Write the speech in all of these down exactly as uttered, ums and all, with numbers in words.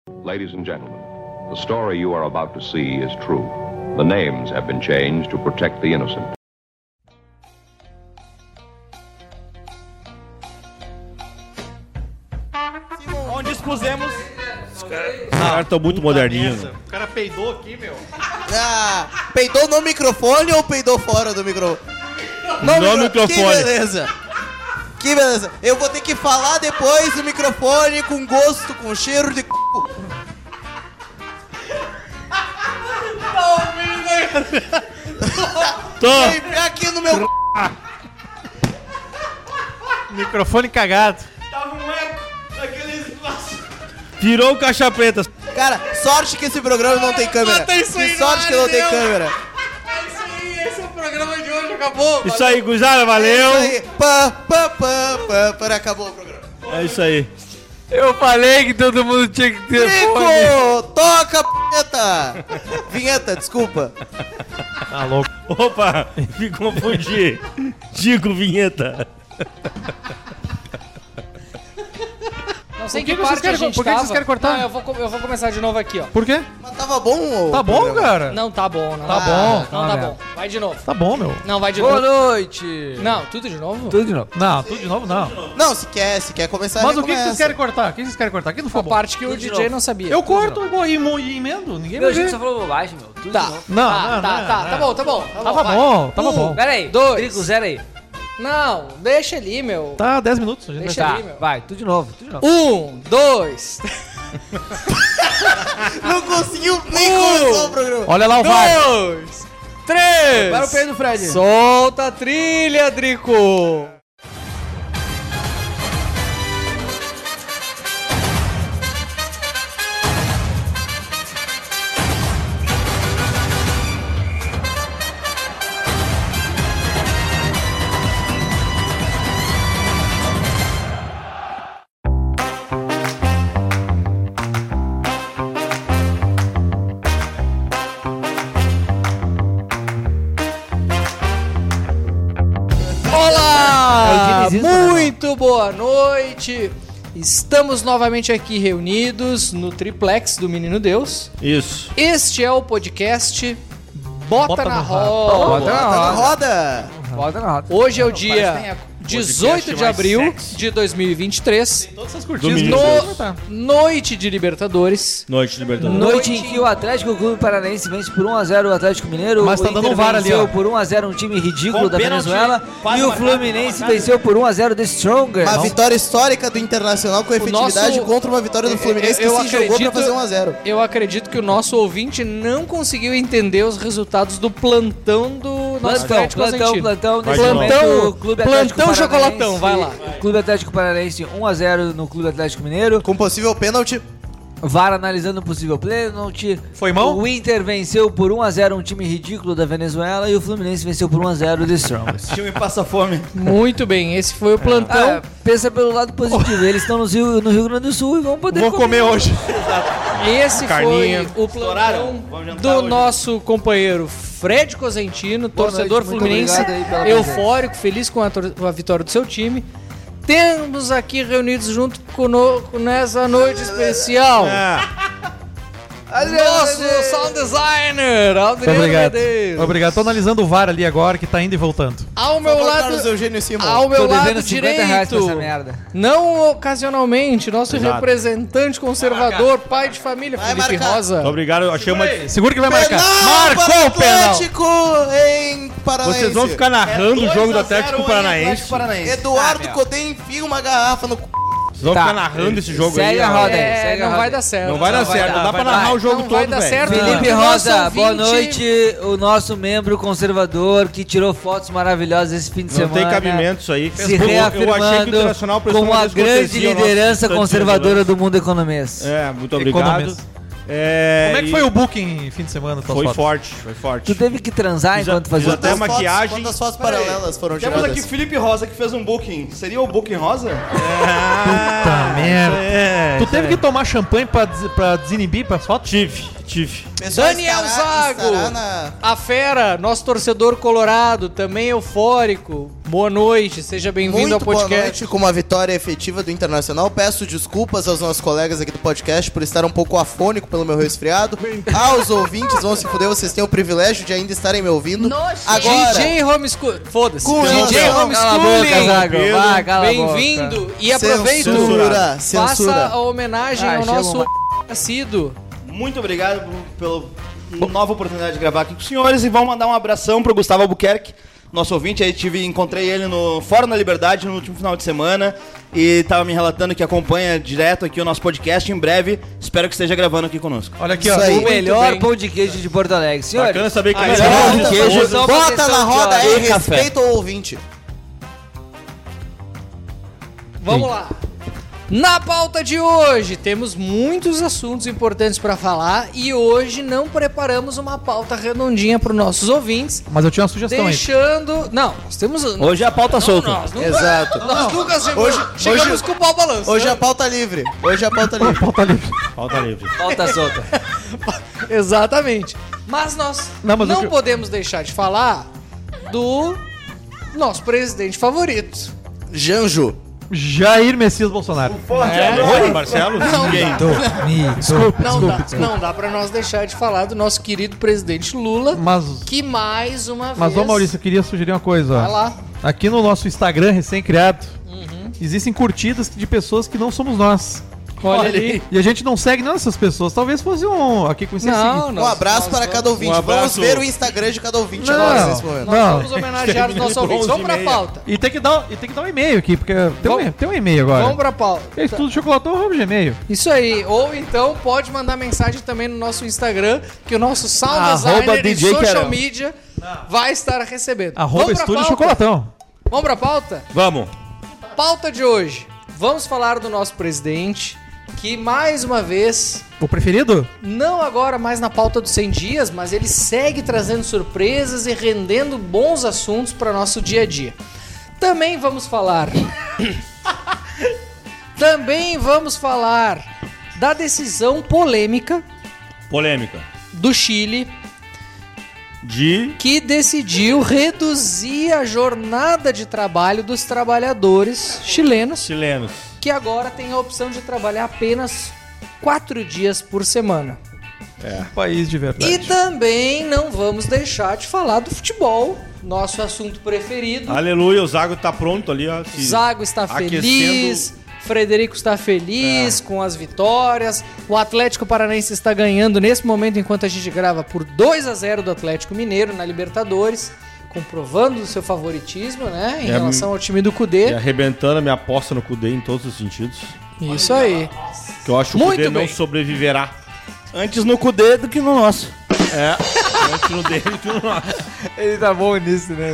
Ladies and gentlemen, the story you are about to see is true. The names have been changed to protect the innocent. Onde expusemos... Os caras estão muito moderninhos. O cara peidou aqui, meu. Ah, peidou no microfone ou peidou fora do microfone? No, no microfone. Que beleza. Que beleza. Eu vou ter que falar depois do microfone com gosto, com cheiro de c... Tô. Vem aqui no meu... Microfone cagado. Tava um eco naquele espaço. Virou o caixa preta. Cara, sorte que esse programa não tem câmera. Bota isso aí Que sorte no que não ar, tem meu. câmera. É isso aí, esse é o programa de hoje, acabou. Isso aí, gurizada, valeu. É isso aí. Pá, pá, pá, pá, pá, acabou o programa. É isso aí. Eu falei que todo mundo tinha que ter fone. Trico, toca a vinheta. Vinheta, desculpa. Tá louco. Opa, me confundi. Digo vinheta. Não sei Por que que, vocês parte querem- a gente por que vocês tava. querem cortar? Não, eu vou, co- eu vou começar de novo aqui, ó. Por quê? Mas tava bom o Tá bom, programa? cara? Não tá bom, não. Tá bom. Não Ah, tá merda. bom. Vai de novo. Tá bom, meu. Não, vai de Boa novo. noite. Não, tudo de novo? Tudo de novo. Não, tudo de novo não. Não, se quer, se quer começar, Mas o que, que vocês recomeça. querem cortar? O que vocês querem cortar? Que não foi A bom. parte que o Tudo de D J novo. não sabia. Eu corto e, e, e emendo. Ninguém Meu, vai a gente ver. só falou bobagem, meu. Tudo Tá. de novo. Não, tá, não, tá, não, tá, não. tá bom, tá bom. Tá Tava vai. bom, tava Um, bom. Pera aí. Dois. Trico, zero aí. Não, deixa ali, meu. Tá, dez minutos. A gente Deixa vai... ali, meu. Vai, tudo de novo. Tudo de novo. Um, dois, Não conseguiu nem começar o programa. Olha lá o vai. dois, três. Para o peito do Fred. Solta a trilha, Drico. Olá! É o dinizismo, né, Muito boa noite! Estamos novamente aqui reunidos no triplex do Menino Deus. Isso. Este é o podcast Bota, Bota na no Roda. Bota na Tá na roda. roda. Bota na roda. Hoje é o Parece que dia tem a dezoito de podcast mais abril sexy. de dois mil e vinte e três. Todas essas curtidas. Domingo. que No- vocês vão botar. Noite de Libertadores. Noite Libertadores. Noite em que o Atlético Clube Paranaense vence por um a zero o Atlético Mineiro. Mas o tá dando Inter um VAR ali, venceu ó. por um a zero um time ridículo Com da pênalti, Venezuela. quase E o marcado, Fluminense marcado. venceu por um a zero The Strongers. Uma vitória histórica do Internacional com efetividade nosso- contra uma vitória do Fluminense que Eu se jogou acredito- pra fazer um a zero. Eu acredito que o nosso ouvinte não conseguiu entender os resultados do plantão do nosso Plantão, Atlético plantão, Argentino. plantão. Vai Nesse de momento, novo. o Clube Atlético Plantão Paranaense- chocolatão, vai lá. Clube Atlético Paranaense um a zero no Clube Atlético Mineiro. Com possível pênalti. VAR analisando o possível pênalti. Foi mão? O Inter venceu por um a zero um time ridículo da Venezuela. E o Fluminense venceu por um a zero The Strongers. time passa fome. Muito bem, esse foi o plantão. Ah, pensa pelo lado positivo. Eles estão no Rio, no Rio Grande do Sul e vão poder Vou comer hoje. Esse Carninha. foi o plantão do nosso companheiro Fred Cosentino, Boa torcedor noite, muito fluminense, obrigado aí pela eufórico, feliz com a, tor- com a vitória do seu time. Temos aqui reunidos junto conosco nessa noite especial nosso sound designer, Muito Adriano obrigado. Medeiros. Obrigado. Tô analisando o VAR ali agora, que tá indo e voltando. Ao meu Por favor, lado, Carlos Eugênio Simon. ao meu Tô lado devendo cinquenta reais pra essa direito, merda. não ocasionalmente, nosso Exato. representante conservador, pai de família, Vai Felipe marcar. Rosa. Muito obrigado. Eu achei uma. Segura que vai marcar. Penal Marcou para o penal. Atlético em Paranaense. Vocês vão ficar narrando o jogo do Atlético Paranaense. Eduardo Ah, Codem enfia uma garrafa no c... Vocês vão Tá. ficar narrando esse jogo Segue aí. a ó. roda aí. É, segue a não roda vai aí. dar certo. Não vai dar Não vai certo. dar, Não dá vai pra dar. narrar o jogo Não vai todo, dar velho. certo. Felipe Nosso Rosa, boa ouvinte- noite. O nosso membro conservador que tirou fotos maravilhosas esse fim de Não semana. tem cabimento isso aí. Se Eu- eu achei que o reafirmando Internacional prestou como uma a grande descortesia ao nosso liderança restante conservadora jogadores. do mundo economês. É, muito obrigado. Economista. É, Como é que e foi o booking fim de semana? tuas Foi fotos? forte, foi forte. Tu teve que transar Fiz a- enquanto fazia fiz o até teste? Quantas maquiagem. Fotos, quantas fotos paralelas foram Temos tiradas? aqui Felipe Rosa que fez um booking. Seria o booking rosa? Ah, Puta merda. É, Tu isso teve é. que tomar champanhe pra, des pra desinibir pras fotos? Tive, Tive. Pessoal, Daniel estará- Zago, estará na- a fera, nosso torcedor colorado, também eufórico. Boa noite, seja bem-vindo ao Muito boa podcast. noite, com uma vitória efetiva do Internacional. Peço desculpas aos nossos colegas aqui do podcast por estar um pouco afônico pelo meu resfriado. Aos ouvintes, vão se fuder, vocês têm o privilégio de ainda estarem me ouvindo. Agora, D J Homeschool, foda-se. Com D J razão. Cala a boca, Homeschooling. Zago. Vai, cala a boca. Bem-vindo e aproveito. Censura, Faça censura. a homenagem Ah, ao chama nosso uma- nascido. Muito obrigado pela nova oportunidade de gravar aqui com os senhores e vamos mandar um abração pro Gustavo Albuquerque, nosso ouvinte. Aí tive, encontrei ele no Fórum da Liberdade no último final de semana e tava me relatando que acompanha direto aqui o nosso podcast. Em breve, espero que esteja gravando aqui conosco. Olha aqui, Isso ó. aí. O melhor bem. pão de queijo de Porto Alegre. Senhores, Bacana saber que Ah, ele isso é é bom. de queijo queijo. só bota questão na de roda hora. aí, E café. respeita o ouvinte. Vamos lá. Na pauta de hoje, temos muitos assuntos importantes para falar e hoje não preparamos uma pauta redondinha para os nossos ouvintes, Mas eu tinha uma sugestão aí. deixando... Não, nós temos... Hoje é a pauta solta. Nós nunca, Exato. nós nunca chegamos, Hoje- chegamos hoje- com o pau balanço. Hoje é a pauta livre. Hoje é a pauta livre. Pauta livre. Falta livre. falta solta. Exatamente. Mas nós Não, não, mas o que- podemos deixar de falar do nosso presidente favorito. Janjo. Jair Messias Bolsonaro. Oi, Marcelo? Ninguém. Não dá, não dá pra nós deixar de falar do nosso querido presidente Lula, Mas, que mais uma mas vez... ô Maurício, eu queria sugerir uma coisa. ó. Vai lá. Aqui no nosso Instagram recém-criado, existem curtidas de pessoas que não somos nós. Olha ali. E a gente não segue nenhuma dessas pessoas. Talvez fosse um. Aqui com esse Não, Um nós- abraço nós para vamos- cada ouvinte. um abraço. Vamos ver o Instagram de cada ouvinte Não. agora, nesse momento. Nós Não. vamos homenagear os nossos ouvintes. Vamos pra pauta. E tem que dar, e tem que dar um e-mail aqui, porque tem um, Vamos- tem um e-mail agora. Vamos pra pauta. É tudo chocolatão arroba gmail. Isso aí. Ou então pode mandar mensagem também no nosso Instagram, que o nosso sound Arroba designer e D J social Querel. media vai estar recebendo. Arroba Vamos pra estúdio pauta? chocolatão. Vamos pra pauta? Vamos. Pauta de hoje. Vamos falar do nosso presidente, que mais uma vez, O preferido? não agora mais na pauta dos cem dias, mas ele segue trazendo surpresas e rendendo bons assuntos para nosso dia a dia. Também vamos falar... Também vamos falar da decisão polêmica Polêmica. do Chile, De... que decidiu reduzir a jornada de trabalho dos trabalhadores chilenos, chilenos. que agora tem a opção de trabalhar apenas quatro dias por semana. País de verdade. E também não vamos deixar de falar do futebol, nosso assunto preferido. Aleluia, o Zago tá pronto ali, ó. se Zago está aquecendo. feliz, Frederico está feliz com as vitórias. O Atlético Paranaense está ganhando nesse momento, enquanto a gente grava, por dois a zero do Atlético Mineiro na Libertadores, comprovando o seu favoritismo, né, em É, relação ao time do E Cudê. arrebentando a minha aposta no Cudê em todos os sentidos. Isso aí. Que eu acho que o Muito Cudê não bem. sobreviverá. Antes no Cudê do que no nosso. É, antes no dele do que no nosso. Ele tá bom nisso, né?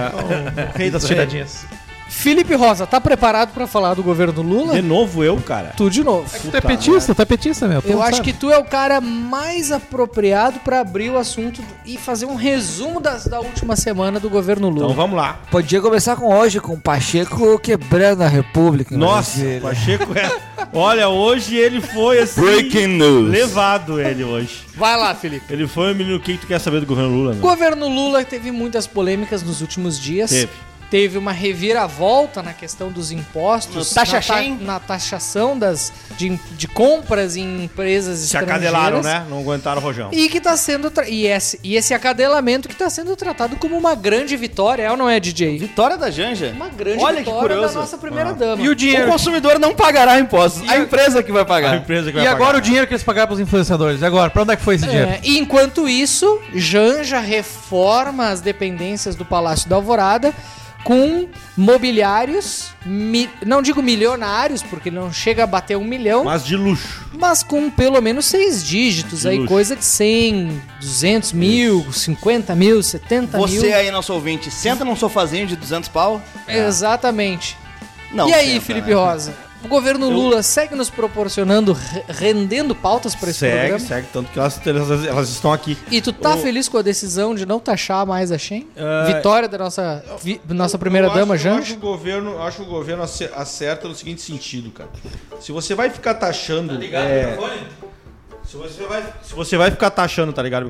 É, é. Rei das tiradinhas. Felipe Rosa, tá preparado pra falar do governo Lula? De novo eu, cara. Tu de novo. Tu é petista, tu é petista, meu. tu Eu não acho sabe. que tu é o cara mais apropriado pra abrir o assunto e fazer um resumo das, da última semana do governo Lula. Então vamos lá. Podia começar com hoje, com o Pacheco quebrando a República. em Nossa, Brasília. o Pacheco é... Olha, hoje ele foi assim... Breaking news. Levado ele hoje. Vai lá, Felipe. Ele foi o menino, o que tu quer saber do governo Lula, O né? governo Lula teve muitas polêmicas nos últimos dias. Teve. Teve uma reviravolta na questão dos impostos, No taxa na, ta- Shen. na taxação das, de, de compras em empresas Se estrangeiras. acadelaram, né? Não aguentaram o rojão. E que tá sendo tra- e esse, e esse acadelamento que está sendo tratado como uma grande vitória, é ou não é, D J? Vitória da Janja. Uma grande Olha que vitória da curioso. nossa primeira Ah. dama. E o O dinheiro? consumidor não pagará impostos. A empresa que vai A pagar. empresa que vai E agora pagar. o dinheiro que eles pagaram pros influenciadores? E agora? Pra onde é que foi esse dinheiro? É, e enquanto isso, Janja reforma as dependências do Palácio da Alvorada com mobiliários, mi- não digo milionários, porque não chega a bater um milhão, mas, Mas de luxo. com pelo menos seis dígitos, De aí luxo. coisa de cem, duzentos mil, cinquenta mil, setenta mil. Você aí, nosso ouvinte, senta num sofazinho de duzentos pau? Exatamente. Não e aí, senta, Felipe né? Rosa? O governo Lula segue nos proporcionando, re- rendendo pautas para esse Segue, programa? segue. Tanto que elas, elas, elas estão aqui. E tu tá O- feliz com a decisão de não taxar mais a Shen? É, Vitória da nossa, vi- nossa primeira dama, Eu Janja? acho que o governo, acho que o governo ace- acerta no seguinte sentido, cara. Se você vai ficar taxando, é, Se você vai, se você vai ficar taxando, tá ligado?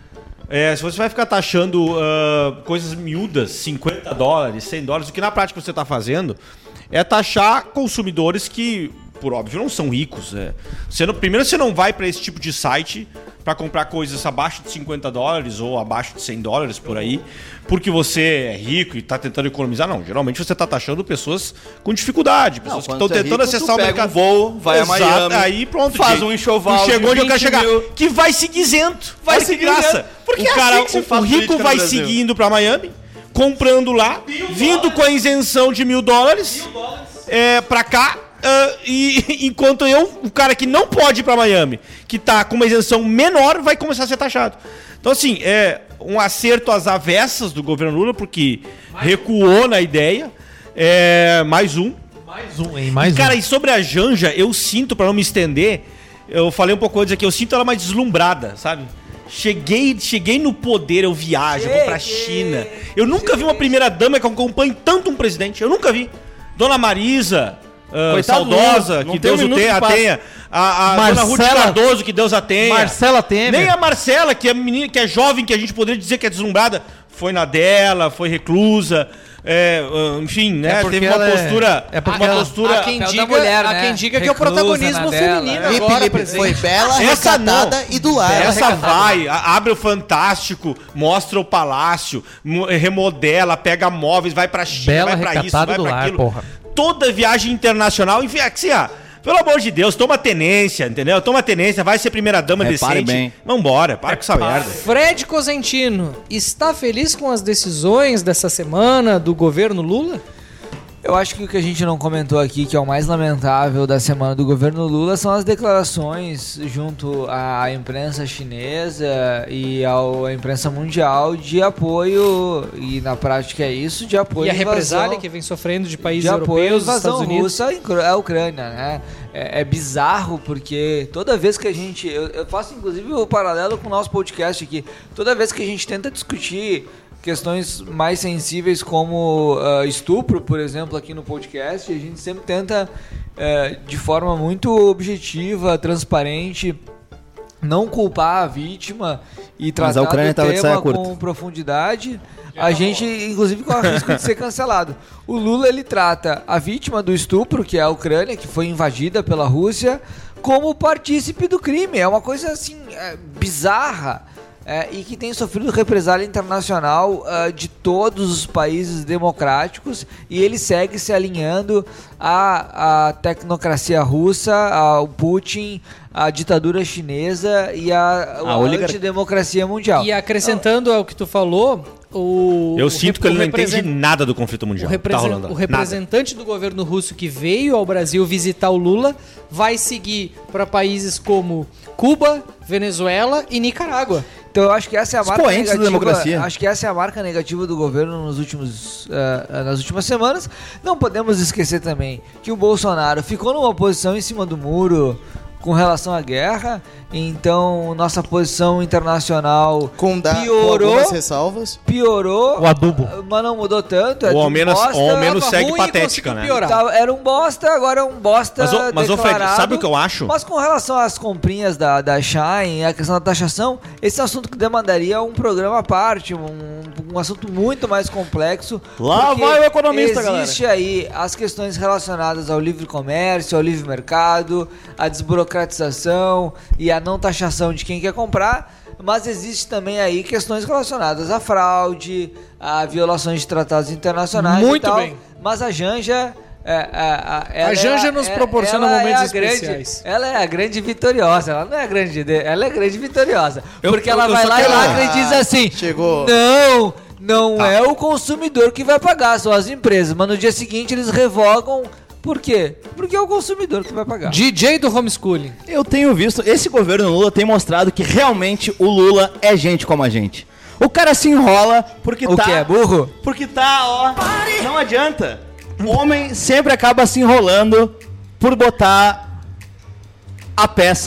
É, se você vai ficar taxando uh, coisas miúdas, cinquenta dólares, cem dólares, o que na prática você tá fazendo é taxar consumidores que, por óbvio, não são ricos. É. Você não, primeiro, você não vai para esse tipo de site para comprar coisas abaixo de cinquenta dólares ou abaixo de cem dólares por aí, porque você é rico e tá tentando economizar. Não, geralmente você tá taxando pessoas com dificuldade, pessoas Não, que estão tu é tentando rico, acessar tu o pega mercado. um voo, vai a Exato, Miami, aí pronto, faz Jay. um enxoval Tu chegou de onde eu quero vinte chegar. mil. Que vai seguir isento. Vai Olha que seguir graça. isento. Porque o é cara, assim que se o, faz o rico política no vai Brasil. seguindo pra Miami, comprando lá, vindo com a isenção de mil dólares, é, pra cá. Uh, e enquanto eu, o cara que não pode ir pra Miami, que tá com uma isenção menor, vai começar a ser taxado. Então, assim, é um acerto às avessas do governo Lula, porque recuou na ideia. É, mais um. Mais um, hein? Mais E, cara, um. e sobre a Janja, eu sinto, pra não me estender, eu falei um pouco antes aqui, eu sinto ela mais deslumbrada, sabe? Cheguei, cheguei no poder, eu viajo, eu vou pra China. Eu nunca vi uma primeira-dama que acompanhe tanto um presidente. Eu nunca vi. Dona Marisa... Uh, Coitado do saudosa, Lula, não que tem um Deus o minuto tenha, de a paz. tenha. A, a Marcela- Dona Ruth Cardoso, que Deus a tenha. Marcela Temer. Nem a Marcela, que é menina, que é jovem, que a gente poderia dizer que é deslumbrada, foi na dela, foi reclusa. É, uh, enfim, né? É porque Teve uma ela é- postura. é porque uma ela- postura. Há quem papel da diga, mulher, há né? quem diga que é o Reclusa protagonismo na dela, feminino é. Ih, agora, Felipe, presente. foi bela, Essa recatada não. e do lar. Essa vai, a- abre o Fantástico, mostra o palácio, mo- remodela, pega móveis, vai pra China, Bela, vai pra isso, recatada vai do pra lar, aquilo. porra. Toda viagem internacional, enfim, assim, ah, pelo amor de Deus, toma tenência, entendeu? Toma tenência, vai ser primeira dama Repare decente. bem. Vambora, para com essa merda. Fred Cosentino, está feliz com as decisões dessa semana do governo Lula? Eu acho que o que a gente não comentou aqui, que é o mais lamentável da semana do governo Lula, são as declarações junto à imprensa chinesa e ao- à imprensa mundial de apoio, e na prática é isso, de apoio E a à invasão- represália que vem sofrendo de países de apoio à europeus, dos invasão Estados Unidos. russa em Cro- à Ucrânia, né? É, é bizarro porque toda vez que a gente... Eu, eu faço inclusive o paralelo com o nosso podcast aqui. Toda vez que a gente tenta discutir questões mais sensíveis como ah, estupro, por exemplo, aqui no podcast, a gente sempre tenta, eh, de forma muito objetiva, transparente, não culpar a vítima e tratar a Ucrânia do tava de saia tema curta. com profundidade. A gente, inclusive, corre o risco de ser cancelado. O Lula, ele trata a vítima do estupro, que é a Ucrânia, que foi invadida pela Rússia, como partícipe do crime. É uma coisa, assim, é, bizarra. É, e que tem sofrido represália internacional ah, de todos os países democráticos, e ele segue se alinhando à, à tecnocracia russa, ao Putin, à ditadura chinesa e à, à oligar- antidemocracia mundial. E acrescentando ao que tu falou, o... Eu o sinto rep- que ele o não represen- entende nada do conflito O, mundial. represen- Tá rolando. o representante do governo russo que veio ao Brasil visitar o Lula vai seguir para países como Cuba, Venezuela e Nicarágua. Então eu acho que essa é a marca Expoentes da negativa. democracia. Acho que essa é a marca negativa do governo nos últimos, ah, nas últimas semanas. Não podemos esquecer também que o Bolsonaro ficou numa posição em cima do muro com relação à guerra. Então nossa posição internacional Com, da, com piorou, algumas ressalvas. piorou, O adubo. mas não mudou tanto. É Ou ao tudo menos, bosta. ou ao menos tava segue ruim e patética, conseguiu né? piorar. Tava- era um bosta, agora é um bosta Mas, ô- mas, ô, Fred, declarado. sabe o que eu acho? Mas com relação às comprinhas da, da Shine, a questão da taxação, esse é um assunto que demandaria um programa à parte, um, um assunto muito mais complexo. Lá porque vai o economista, existe aí as questões relacionadas ao livre comércio, ao livre mercado, à desburocratização e à não taxação de quem quer comprar. Mas existe também aí questões relacionadas à fraude, a violações de tratados internacionais Muito e tal. bem. Mas a Janja... É, a, a, ela Janja é nos é- proporciona ela é momentos a grande- especiais. ela é a grande vitoriosa, ela não é a grande, de- ela é a grande vitoriosa. Eu- porque eu- ela eu vai só lá e quero- lacra e diz assim: Chegou. não, não é o consumidor que vai pagar, são as empresas. Mas no dia seguinte eles revogam. Por quê? Porque é o consumidor que vai pagar. D J do homeschooling. Eu tenho visto, esse governo Lula tem mostrado que realmente o Lula é gente como a gente. O cara se enrola porque O tá... que é burro? Porque tá, ó, não adianta. O homem sempre acaba se enrolando por botar a peça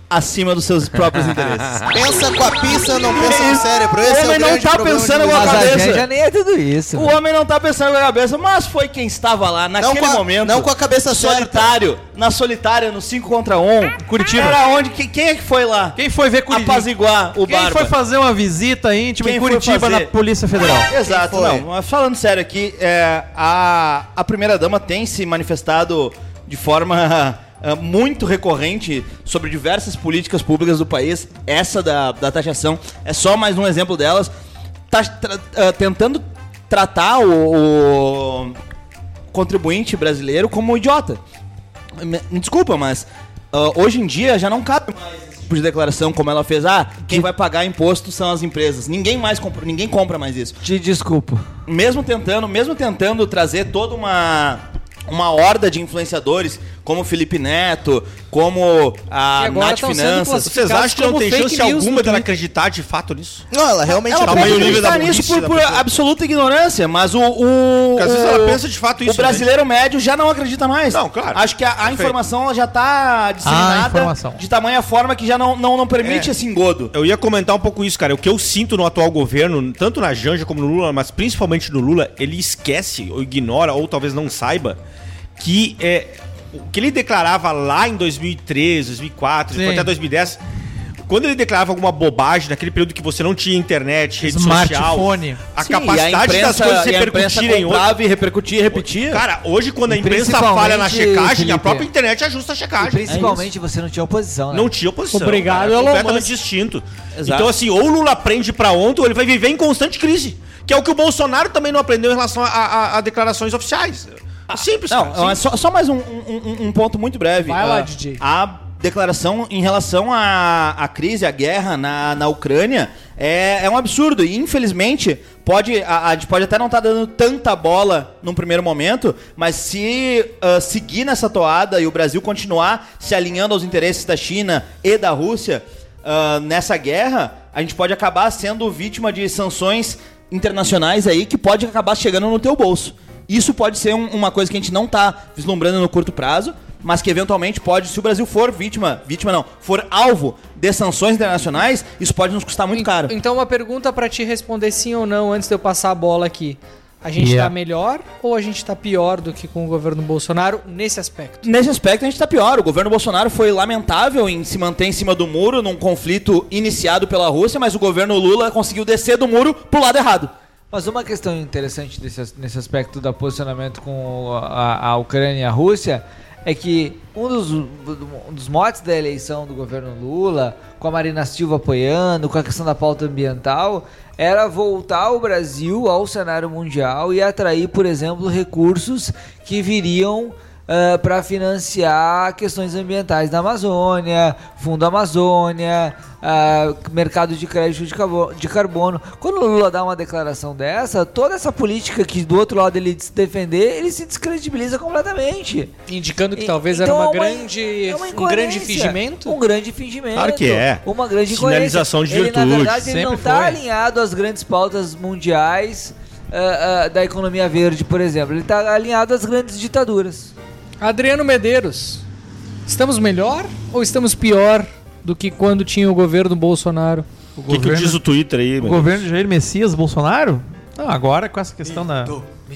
acima dos seus próprios interesses. Pensa com a pizza, não pensa no cérebro. Esse O é o homem não grande tá problema pensando de com a Mas hoje. a cabeça. gente já nem é tudo isso. O homem não tá pensando com a cabeça, mas foi quem estava lá naquele com a- momento. não com a cabeça solitário, na solitária, no cinco contra um. Curitiba. Era onde? Quem, quem é que foi lá? Quem foi ver Curitiba? Apaziguar o Quem Barba. foi fazer uma visita íntima Quem em foi Curitiba fazer? na Polícia Federal? Exato, Quem foi? não. Mas falando sério aqui, é, a, a primeira-dama tem se manifestado de forma é, muito recorrente sobre diversas políticas públicas do país. Essa da, da taxação é só mais um exemplo delas. Tá tra- uh, tentando tratar o, o contribuinte brasileiro como um idiota. Me, me desculpa, mas uh, hoje em dia já não cabe mais esse tipo de declaração como ela fez. Ah, quem vai pagar imposto são as empresas. Ninguém mais compra, ninguém compra mais isso. Te desculpo. Mesmo tentando, mesmo tentando trazer toda uma uma horda de influenciadores, como o Felipe Neto, como a Que agora Nath tão sendo Finanças. classificados Vocês acham que não como tem fake chance news no alguma dela Twitter. acreditar de fato nisso? Não, ela realmente Ela não pode tamanho acredita. nível da acreditar nisso burrice por, da por pessoa. absoluta ignorância, mas o, o, Porque às vezes o- ela pensa de fato isso, o brasileiro médio já não acredita mais. Não, claro. Acho que a, a Perfeito. informação ela já está disseminada informação. de tamanha forma que já não, não, não permite É. esse engodo. Eu ia comentar um pouco isso, cara. O que eu sinto no atual governo, tanto na Janja como no Lula, mas principalmente no Lula, ele esquece, ou ignora, ou talvez não saiba, que é, o que ele declarava lá em dois mil e treze, dois mil e quatro, Sim. até dois mil e dez, quando ele declarava alguma bobagem, naquele período que você não tinha internet, rede social, Smartphone. a Sim, capacidade e a imprensa, das coisas e a imprensa repercutirem hoje. comprava e repercutia e repetia. Cara, hoje quando a E imprensa principalmente, falha na checagem, Felipe, a própria internet ajusta a E checagem. principalmente você não tinha oposição, né? Não tinha oposição. Obrigado, cara, Elon completamente Musk. distinto. Exato. Então, assim, ou o Lula aprende pra ontem, ou ele vai viver em constante crise. Que é o que o Bolsonaro também não aprendeu em relação a, a- a declarações oficiais. É simples, Não, cara, é só, só mais um, um- um- um ponto muito breve. Vai lá, Ah, D J. A declaração em relação à, à crise, à guerra na, na Ucrânia é, é um absurdo. E, infelizmente, pode, a, a gente pode até não estar dando tanta bola num primeiro momento, mas se ah, seguir nessa toada e o Brasil continuar se alinhando aos interesses da China e da Rússia ah, nessa guerra, a gente pode acabar sendo vítima de sanções internacionais aí que pode acabar chegando no teu bolso. Isso pode ser um- uma coisa que a gente não tá vislumbrando no curto prazo, mas que eventualmente pode, se o Brasil for vítima, vítima não, for alvo de sanções internacionais, isso pode nos custar muito caro. Então, uma pergunta pra te responder sim ou não antes de eu passar a bola aqui. A gente Yeah. tá melhor ou a gente tá pior do que com o governo Bolsonaro nesse aspecto? Nesse aspecto a gente tá pior. O governo Bolsonaro foi lamentável em se manter em cima do muro num conflito iniciado pela Rússia, mas o governo Lula conseguiu descer do muro pro lado errado. Mas uma questão interessante desse, as- nesse aspecto do posicionamento com a, a Ucrânia e a Rússia é que um dos, um dos motes da eleição do governo Lula, com a Marina Silva apoiando, com a questão da pauta ambiental, era voltar o Brasil ao cenário mundial e atrair, por exemplo, recursos que viriam para financiar questões ambientais da Amazônia, Fundo Amazônia, ah, mercado de crédito de carbo- de carbono. Quando o Lula dá uma declaração dessa, toda essa política que do outro lado ele se defender, ele se descredibiliza completamente. Indicando que E- talvez então era uma é uma- grande, é uma um grande incoerência. fingimento? Um grande fingimento. Claro que é. Uma grande incoerência. Sinalização de ele, virtude, na verdade, ele não sempre está foi. alinhado às grandes pautas mundiais ah, ah, da economia verde, por exemplo. Ele está alinhado às grandes ditaduras. Adriano Medeiros, estamos melhor ou estamos pior do que quando tinha o governo Bolsonaro? O O que, que diz o Twitter aí, o meu? governo de Jair Messias Bolsonaro? Não, agora com essa questão da...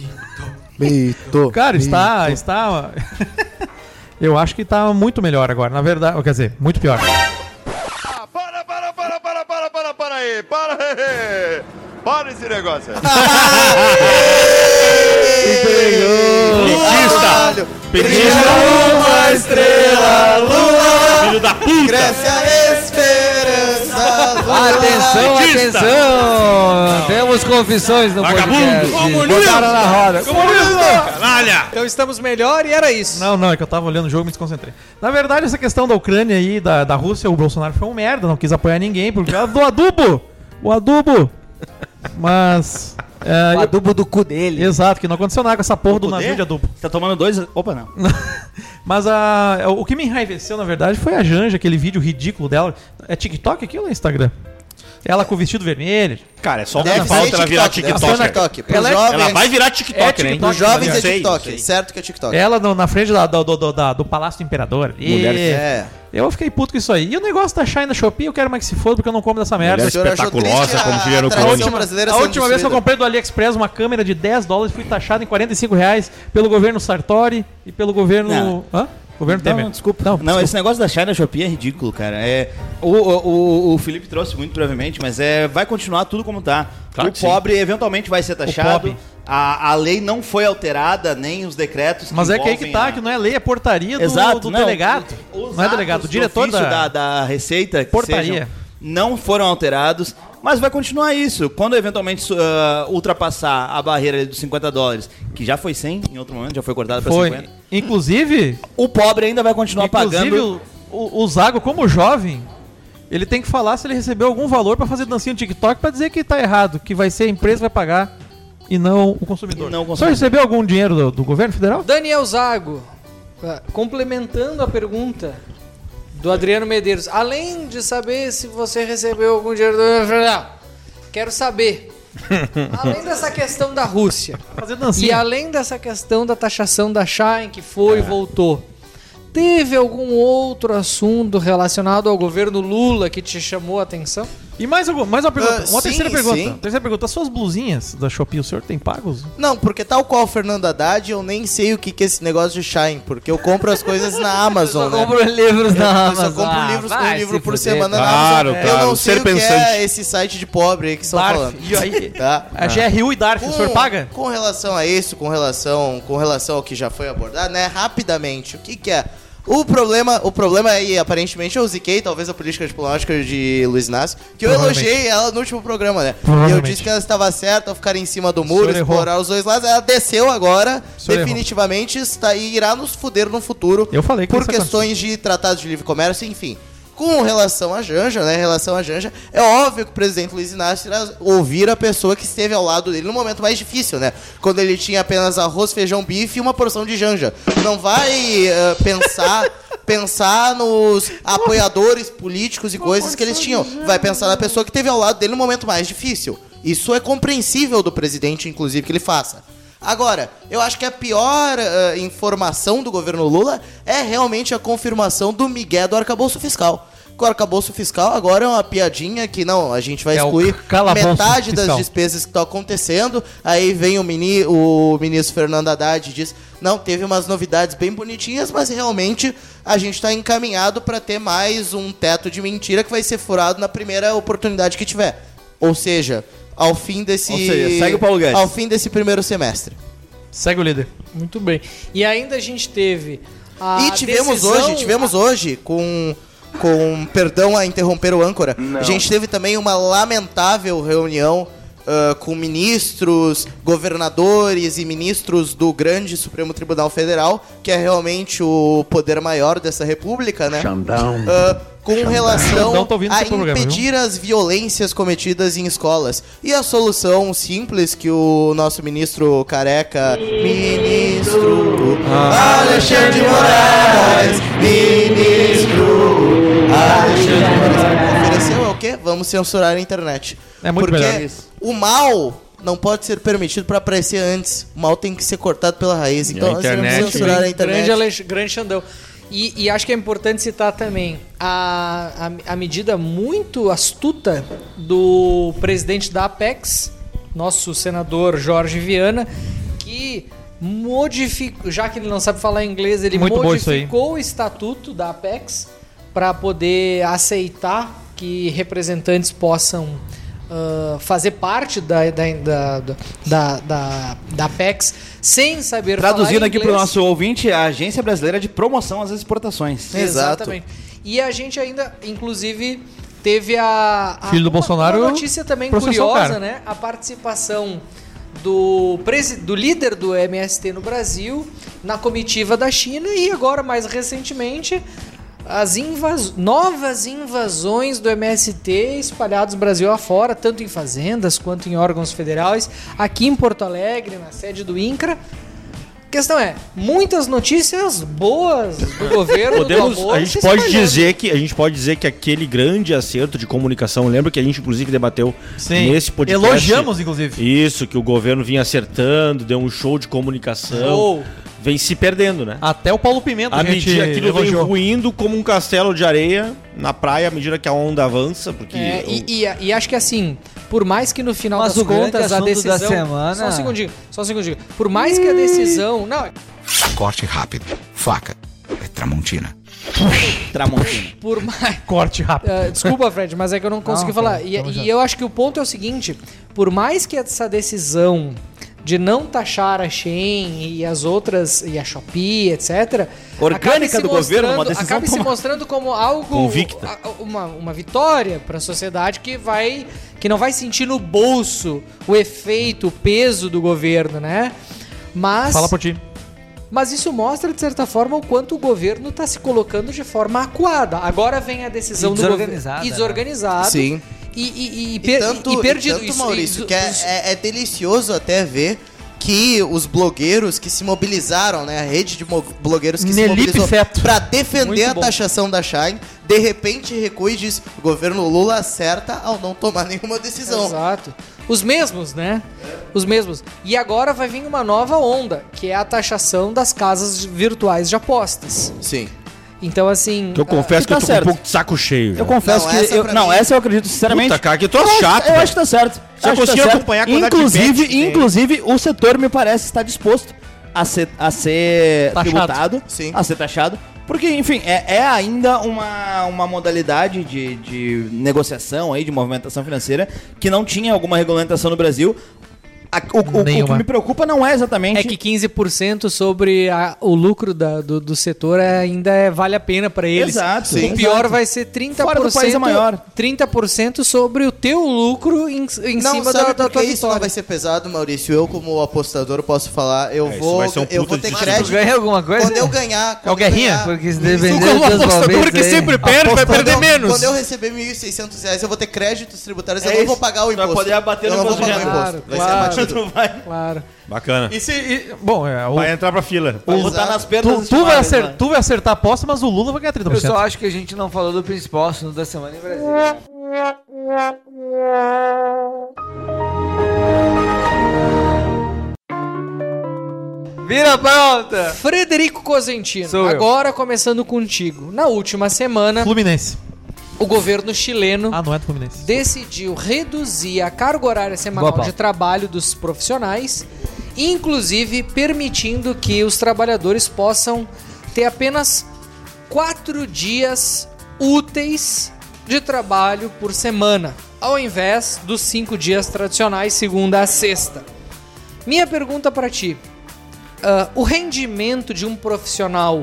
Mito. Cara, está... está... Eu acho que tá muito melhor agora, na verdade. Quer dizer, muito pior. Ah, para, para, para, para, para, para, para aí, para aí. Para esse negócio aí. Petista! Petista! Uma estrela, lua, Filho da puta! cresce a esperança, lua. Atenção, Petista! atenção! Temos confissões no Vagabundo! podcast. Comunista! Botaram na roda. Canalha! Então estamos melhor e era isso. Não, não, é que eu tava olhando o jogo e me desconcentrei. Na verdade, essa questão da Ucrânia aí, da, da Rússia, o Bolsonaro foi um merda, não quis apoiar ninguém, porque é do adubo! O adubo! Mas... é, O eu- adubo do cu dele. Exato, que não aconteceu nada com essa porra do Poder? navio de adubo. Você tá tomando dois... Opa, não. Mas a, o que me enraiveceu, na verdade, foi a Janja, aquele vídeo ridículo dela. É TikTok aquilo ou é Instagram? Ela com o vestido vermelho. Cara, é só o que Deve falta ser ela virar TikTok, deve ser TikToker. TikTok. Pros Ela é- jovens, Ela vai virar TikToker, É hein? TikTok, pros jovens Eu é sei, TikTok, eu sei. certo que é TikTok. Ela no- na frente da- do, do, do, da- do Palácio do Imperador. E- Mulheres. É. Eu fiquei puto com isso aí. E o negócio da Shine da Shopee, eu quero mais que se foda, porque eu não como dessa merda. Mulher espetaculosa, como diria no A Corinthians. última, a última vez que eu comprei do AliExpress uma câmera de dez dólares, fui taxado em quarenta e cinco reais pelo governo Sartori e pelo governo... Não. Hã? Governo Temer. Não, desculpa. Não, Não, desculpa. esse negócio da China Shopee é ridículo, cara. É, o, o, o Felipe trouxe muito brevemente, mas é, vai continuar tudo como tá. Claro o que sim. pobre eventualmente vai ser taxado. pobre. A, a lei não foi alterada, nem os decretos que Mas é que aí que envolvem tá, a- que não é lei, é portaria do, Exato, do não, delegado. os Não é delegado, o atos diretor do ofício da... da, da Receita que Portaria. sejam, não foram alterados, mas vai continuar isso. Quando eventualmente uh, ultrapassar a barreira dos cinquenta dólares, que já foi cem em outro momento, já foi cortada para Foi. cinquenta, Inclusive, o pobre ainda vai continuar inclusive pagando. o, o, o Zago, como jovem, ele tem que falar se ele recebeu algum valor pra fazer dancinha no TikTok pra dizer que tá errado, que vai ser a empresa que vai pagar e não o consumidor. E não o Só consumidor. recebeu algum dinheiro do, do governo federal? Daniel Zago, ah, complementando a pergunta do Adriano Medeiros, além de saber se você recebeu algum dinheiro do governo federal, quero saber, além dessa questão da Rússia, Fazer e dancinha. além dessa questão da taxação da Shine, que foi e voltou, teve algum outro assunto relacionado ao governo Lula que te chamou a atenção? E mais, algum, mais uma pergunta, Ah, uma sim, terceira pergunta. sim. Terceira pergunta, as suas blusinhas da Shopee, o senhor tem pagos? Não, porque tal qual o Fernando Haddad, eu nem sei o que, que é esse negócio de Shine, porque eu compro as coisas na Amazon, né? Compro livros Eu, na eu só Amazon. compro Ah, livros, vai um livro se por fuder. semana Claro, na Amazon. Eu claro, não sei ser o que pensante. é esse site de pobre aí que estão Darf. falando. E aí, Tá? a G R U e Darf, o senhor paga? Com relação a isso, com relação, com relação ao que já foi abordado, né? Rapidamente, o que que é? O problema, o problema é, e aparentemente eu ziquei, talvez a política diplomática de Luiz Inácio, que eu Provavelmente. elogiei ela no último programa, né? E eu Provavelmente. disse que ela estava certa ao ficar em cima do O muro, senhor errou. explorar os dois lados. Ela desceu agora, O senhor definitivamente está, e irá nos fuder no futuro. Eu falei que por isso ia questões de tratados de livre comércio, enfim. Com relação à Janja, né? Em relação à Janja, é óbvio que o presidente Luiz Inácio irá ouvir a pessoa que esteve ao lado dele no momento mais difícil, né? Quando ele tinha apenas arroz, feijão, bife e uma porção de Janja. Não vai eh, pensar pensar nos apoiadores políticos e coisas que eles tinham. Vai pensar na pessoa que esteve ao lado dele no momento mais difícil. Isso é compreensível do presidente, inclusive, que ele faça. Agora, eu acho que a pior uh, informação do governo Lula é realmente a confirmação do migué do arcabouço fiscal. O arcabouço fiscal agora é uma piadinha que não, a gente vai É o excluir calabouço metade das fiscal. despesas que estão acontecendo. Aí vem o, mini, o ministro Fernando Haddad e diz: não, teve umas novidades bem bonitinhas, mas realmente a gente está encaminhado para ter mais um teto de mentira que vai ser furado na primeira oportunidade que tiver. Ou seja, ao fim desse. Ou seja, segue o Paulo Guedes. Ao fim desse primeiro semestre. Segue o líder. Muito bem. E ainda a gente teve a E tivemos decisão- hoje, tivemos hoje, com, com perdão a interromper o âncora, a gente teve também uma lamentável reunião uh, com ministros, governadores e ministros do grande Supremo Tribunal Federal, que é realmente o poder maior dessa república, né? Uh, com relação Xandão, tô ouvindo a esse programa, impedir as violências cometidas em escolas. E a solução simples que o nosso ministro careca, ministro Alexandre de Moraes, ministro Alexandre de Moraes, ofereceu é o quê? Vamos censurar a internet. É muito Porque melhor. o mal não pode ser permitido para aparecer antes. O mal tem que ser cortado pela raiz. Então nós internet, vamos censurar a internet. Grande, Alex... grande Xandão. E, e acho que é importante citar também a, a, a medida muito astuta do presidente da Apex, nosso senador Jorge Viana, que modificou, já que ele não sabe falar inglês, ele Muito bom isso aí. modificou o estatuto da Apex para poder aceitar que representantes possam uh, fazer parte da, da, da, da, da, da Apex sem saber Traduzindo falar aqui inglês. pro nosso ouvinte, a Agência Brasileira de Promoção às Exportações. Exato. Exatamente. E a gente ainda, inclusive, teve a, a Filho do uma- Bolsonaro uma notícia também processou o curiosa, cara. né? A participação do, presi- do líder do M S T no Brasil na comitiva da China e agora, mais recentemente, as invas- novas invasões do M S T espalhados Brasil afora, tanto em fazendas quanto em órgãos federais, aqui em Porto Alegre, na sede do INCRA. A questão é, muitas notícias boas do governo Podemos, do amor a gente se pode espalhando. dizer que a gente pode dizer que aquele grande acerto de comunicação, lembra que a gente inclusive debateu Sim. nesse podcast. Elogiamos, inclusive. Isso, que o governo vinha acertando, deu um show de comunicação. Show. vem se perdendo, né? Até o Paulo Pimenta A a gente medida aquilo vem elogiou. ruindo como um castelo de areia na praia à medida que a onda avança, porque... É, o- e, e- e acho que assim, por mais que no final Mas das o grande contas a assunto decisão... da semana- Só um segundinho, só um segundinho. Por mais que a decisão... Não, Corte rápido. Faca. É Tramontina. Tramontina. por mais... Corte rápido. Ah, desculpa, Fred, mas é que eu não consegui Não, falar. cara, E, tamo e junto. eu acho que o ponto é o seguinte: por mais que essa decisão de não taxar a Shein e as outras, e a Shopee, etcétera, Orgânica acabe se do governo, uma mostrando- decisão acabe se tomada. mostrando como algo, Convicta. a- uma, uma vitória para a sociedade que vai, que não vai sentir no bolso o efeito, o peso do governo, né? Mas Fala por ti. mas isso mostra, de certa forma, o quanto o governo está se colocando de forma acuada. Agora vem a decisão E do governo. desorganizada, E né? desorganizado. Sim. E, e, e, E per- tanto, e perdido. e tanto Isso- Maurício, isso- que é, isso- é- é delicioso até ver que os blogueiros que se mobilizaram, né, a rede de mo- blogueiros que se Nelipe mobilizou Feto. pra defender Muito a bom. taxação da Shine, de repente recua e diz: o governo Lula acerta ao não tomar nenhuma decisão. Exato. Os mesmos, né? Os mesmos. E agora vai vir uma nova onda, que é a taxação das casas virtuais de apostas. Sim. Então, assim... Eu confesso que, tá eu tô certo. com um pouco de saco cheio. já. Eu confesso Não, que. essa eu- pra não, mim- essa eu acredito sinceramente. Puta, cara, que eu troço acho- chato, Eu velho. acho que tá certo. Você Acho que tá conseguiu certo. acompanhar a quantidade de Inclusive, bets que tem? inclusive, o setor me parece estar disposto a ser, a ser Taxado. tributado, Sim. a ser taxado. Porque, enfim, é, é ainda uma, uma modalidade de, de negociação aí, de movimentação financeira, que não tinha alguma regulamentação no Brasil. A- o, o- o que Nenhuma. me preocupa não é exatamente. É que quinze por cento sobre a- o lucro da- do, do setor é- ainda é- vale a pena para eles. Exato, O sim. pior Exato. vai ser trinta por cento, Fora do país é maior. trinta por cento sobre o teu lucro em, em Não, cima sabe da, da por tua que isso não vitória. vai ser pesado, Maurício? Eu, como apostador, posso falar. Eu É, isso vou, vai ser um eu puta vou ter desespero. Tu crédito. ganha alguma coisa? Quando eu ganhar. É o quando eu Guerrinha? ganhar- Porque se Tu depender como dos apostador envolventes que aí- sempre perde, vai Quando perder eu- menos. Quando eu receber mil e seiscentos reais, eu vou ter créditos tributários, eu É não isso. vou pagar o Tu vai imposto. poder abater eu no não vou imposto pagar de o renda. imposto. Vai Claro, ser abatido. Tu vai, Claro. Bacana. E se, e- bom, é, o, Vai entrar pra fila. vai botar Exato. nas perdas tu, tu, vai estimadas, acertar, né? tu vai acertar a aposta, mas o Lula vai ganhar trinta por Eu cento. só acho que a gente não falou do principal assunto da semana em Brasília. Vira a pauta! Frederico Cosentino, Sou eu. agora começando contigo. Na última semana, Fluminense. o governo chileno Ah, não é do Fluminense. decidiu reduzir a carga horária semanal Boa pauta. de trabalho dos profissionais, inclusive permitindo que os trabalhadores possam ter apenas quatro dias úteis de trabalho por semana, ao invés dos cinco dias tradicionais, segunda a sexta. Minha pergunta para ti: ah, o rendimento de um profissional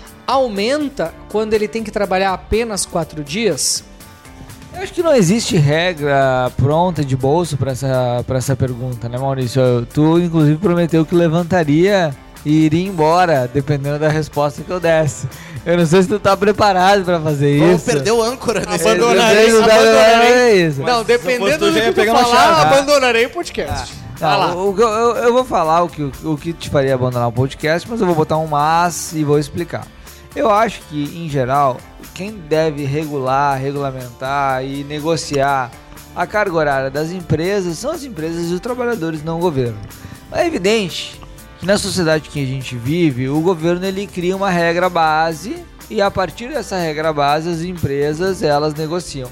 aumenta quando ele tem que trabalhar apenas quatro dias? Eu acho que não existe regra pronta de bolso pra essa, pra essa pergunta, né, Maurício? Tu, inclusive, prometeu que levantaria e iria embora, dependendo da resposta que eu desse. Eu não sei se tu tá preparado pra fazer Vamos isso. perder o âncora nesse Abandonarei, Eu não sei se tu tá abandonarei. preparado pra isso. Não, dependendo tu, do já que ia tu pegar uma falar, chave. abandonarei o podcast. Vai Tá, lá. o, que eu, eu- eu vou falar o que, o que te faria abandonar o podcast, mas eu vou botar um mas e vou explicar. Eu acho que, em geral, quem deve regular, regulamentar e negociar a carga horária das empresas são as empresas e os trabalhadores, não o governo. É evidente que na sociedade que a gente vive, o governo ele cria uma regra base e a partir dessa regra base as empresas elas negociam.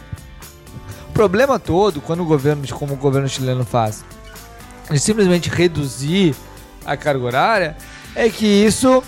O problema todo, quando o governo, como o governo chileno faz, de simplesmente reduzir a carga horária, é que isso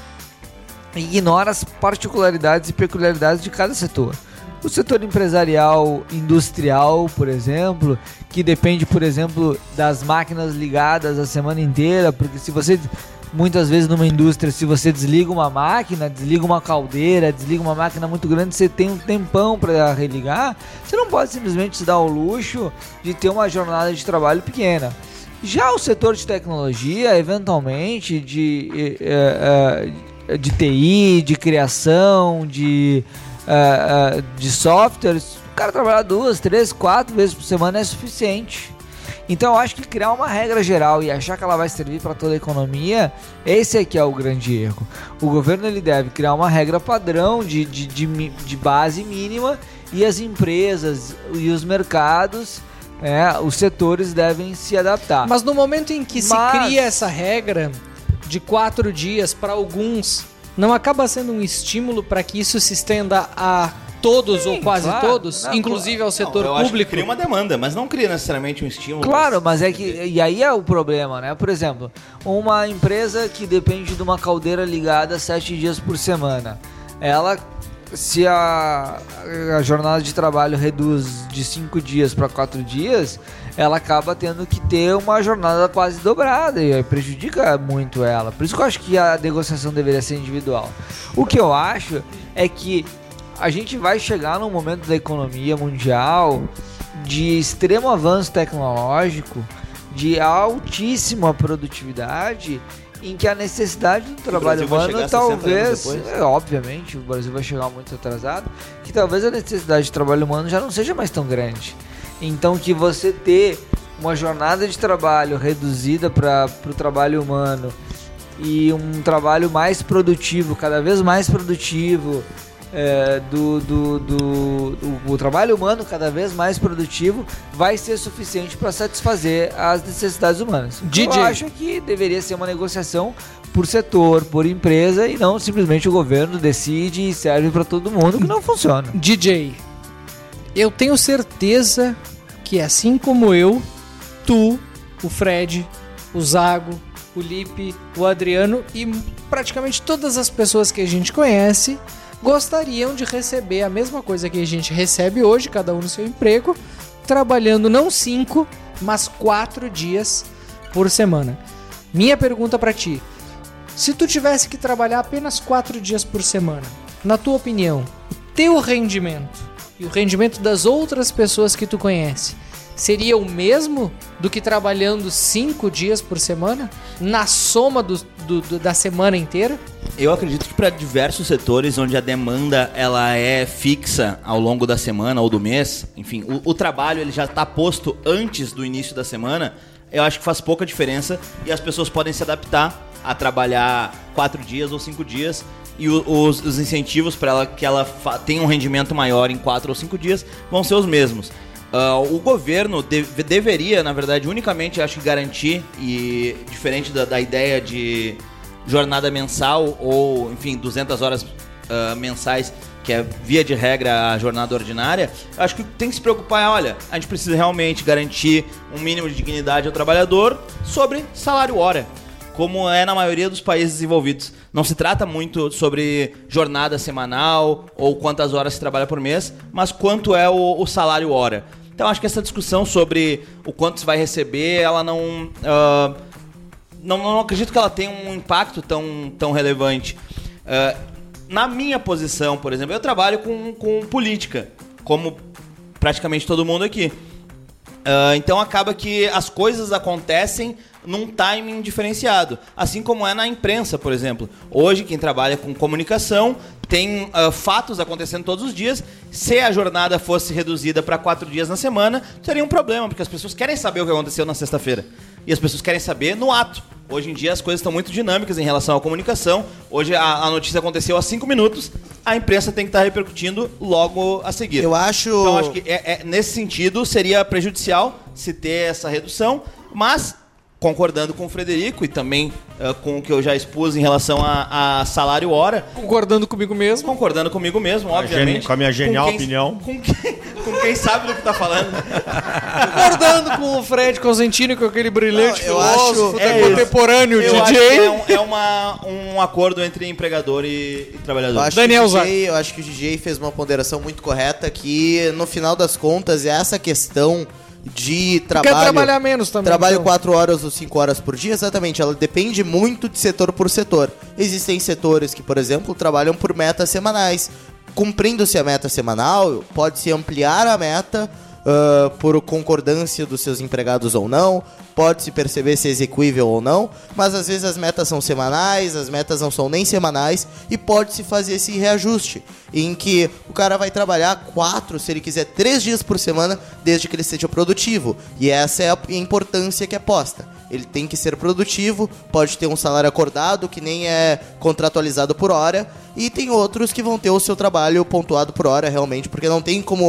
ignora as particularidades e peculiaridades de cada setor. O setor empresarial industrial, por exemplo, que depende, por exemplo, das máquinas ligadas a semana inteira, porque se você, muitas vezes numa indústria, se você desliga uma máquina, desliga uma caldeira, desliga uma máquina muito grande, você tem um tempão para religar, você não pode simplesmente se dar o luxo de ter uma jornada de trabalho pequena. Já o setor de tecnologia, eventualmente, de, eh, eh, de T I, de criação, de, eh, eh, de softwares, o cara trabalhar duas, três, quatro vezes por semana é suficiente. Então eu acho que criar uma regra geral e achar que ela vai servir para toda a economia, esse aqui é o grande erro. O governo ele deve criar uma regra padrão de, de, de, mi- de base mínima e as empresas e os mercados, é, os setores devem se adaptar. Mas no momento em que se Mas- cria essa regra de quatro dias para alguns não acaba sendo um estímulo para que isso se estenda a todos Sim, ou quase claro. todos, Não, inclusive ao setor eu acho que público? cria uma demanda, mas não cria necessariamente um estímulo. Claro, mas é que. E aí é o problema, né? Por exemplo, uma empresa que depende de uma caldeira ligada sete dias por semana. Ela. Se a, a jornada de trabalho reduz de cinco dias para quatro dias, ela acaba tendo que ter uma jornada quase dobrada e aí prejudica muito ela. Por isso que eu acho que a negociação deveria ser individual. O que eu acho é que a gente vai chegar num momento da economia mundial de extremo avanço tecnológico, de altíssima produtividade, em que a necessidade do trabalho humano talvez, é, obviamente, o Brasil vai chegar muito atrasado, que talvez a necessidade de trabalho humano já não seja mais tão grande. Então que você ter uma jornada de trabalho reduzida para o trabalho humano e um trabalho mais produtivo, cada vez mais produtivo, É, do, do, do, do o trabalho humano cada vez mais produtivo vai ser suficiente para satisfazer as necessidades humanas. D J. Eu acho que deveria ser uma negociação por setor, por empresa e não simplesmente o governo decide e serve para todo mundo, que não funciona. D J, eu tenho certeza que assim como eu, tu, o Fred, o Zago, o Lipe, o Adriano e praticamente todas as pessoas que a gente conhece gostariam de receber a mesma coisa que a gente recebe hoje, cada um no seu emprego, trabalhando não cinco, mas quatro dias por semana. Minha pergunta pra ti, se tu tivesse que trabalhar apenas quatro dias por semana, na tua opinião, o teu rendimento e o rendimento das outras pessoas que tu conhece seria o mesmo do que trabalhando cinco dias por semana, na soma do, do, do, da semana inteira? Eu acredito que para diversos setores onde a demanda ela é fixa ao longo da semana ou do mês, enfim, o, o trabalho ele já está posto antes do início da semana, eu acho que faz pouca diferença e as pessoas podem se adaptar a trabalhar quatro dias ou cinco dias e o, os, os incentivos para ela que ela fa- tenha um rendimento maior em quatro ou cinco dias vão ser os mesmos. Uh, o governo de, deveria, na verdade, unicamente, acho que garantir, e diferente da, da ideia de jornada mensal ou, enfim, duzentas horas uh, mensais, que é via de regra a jornada ordinária, acho que tem que se preocupar, olha, a gente precisa realmente garantir um mínimo de dignidade ao trabalhador sobre salário hora, como é na maioria dos países desenvolvidos. Não se trata muito sobre jornada semanal ou quantas horas se trabalha por mês, mas quanto é o, o salário hora. Então acho que essa discussão sobre o quanto se vai receber, ela não, uh, não... Não acredito que ela tenha um impacto tão, tão relevante. Uh, na minha posição, por exemplo, eu trabalho com, com política, como praticamente todo mundo aqui. Uh, então acaba que as coisas acontecem num timing diferenciado, assim como é na imprensa, por exemplo. Hoje quem trabalha com comunicação tem uh, fatos acontecendo todos os dias. Se a jornada fosse reduzida para quatro dias na semana, seria um problema, porque as pessoas querem saber o que aconteceu na sexta-feira e as pessoas querem saber no ato. Hoje em dia as coisas estão muito dinâmicas em relação à comunicação. Hoje a, a notícia aconteceu há cinco minutos, a imprensa tem que estar repercutindo logo a seguir. Eu acho... Então acho que é, é, nesse sentido seria prejudicial se ter essa redução, mas concordando com o Frederico e também uh, com o que eu já expus em relação a, a salário hora. Concordando comigo mesmo. Concordando comigo mesmo, obviamente. Com a minha genial com quem, opinião. Com quem, com quem sabe do que tá falando. Concordando com o Fred Cosentino, com aquele brilhante Não, eu filósofo acho- é é contemporâneo, Eu D J. acho que é, um, é uma, um acordo entre empregador e, e trabalhador. Eu acho, Daniel que o D J, eu acho que o D J fez uma ponderação muito correta, que no final das contas é essa questão de trabalho. Quer trabalhar menos também. Trabalho então. quatro horas ou cinco horas por dia, exatamente. Ela depende muito de setor por setor. Existem setores que, por exemplo, trabalham por metas semanais. Cumprindo-se a meta semanal, pode-se ampliar a meta uh, por concordância dos seus empregados ou não. Pode-se perceber se é execuível ou não. Mas às vezes as metas são semanais, as metas não são nem semanais. E pode-se fazer esse reajuste, em que o cara vai trabalhar quatro, se ele quiser, três dias por semana, desde que ele seja produtivo. E essa é a importância que é posta. Ele tem que ser produtivo, pode ter um salário acordado, que nem é contratualizado por hora, e tem outros que vão ter o seu trabalho pontuado por hora, realmente, porque não tem como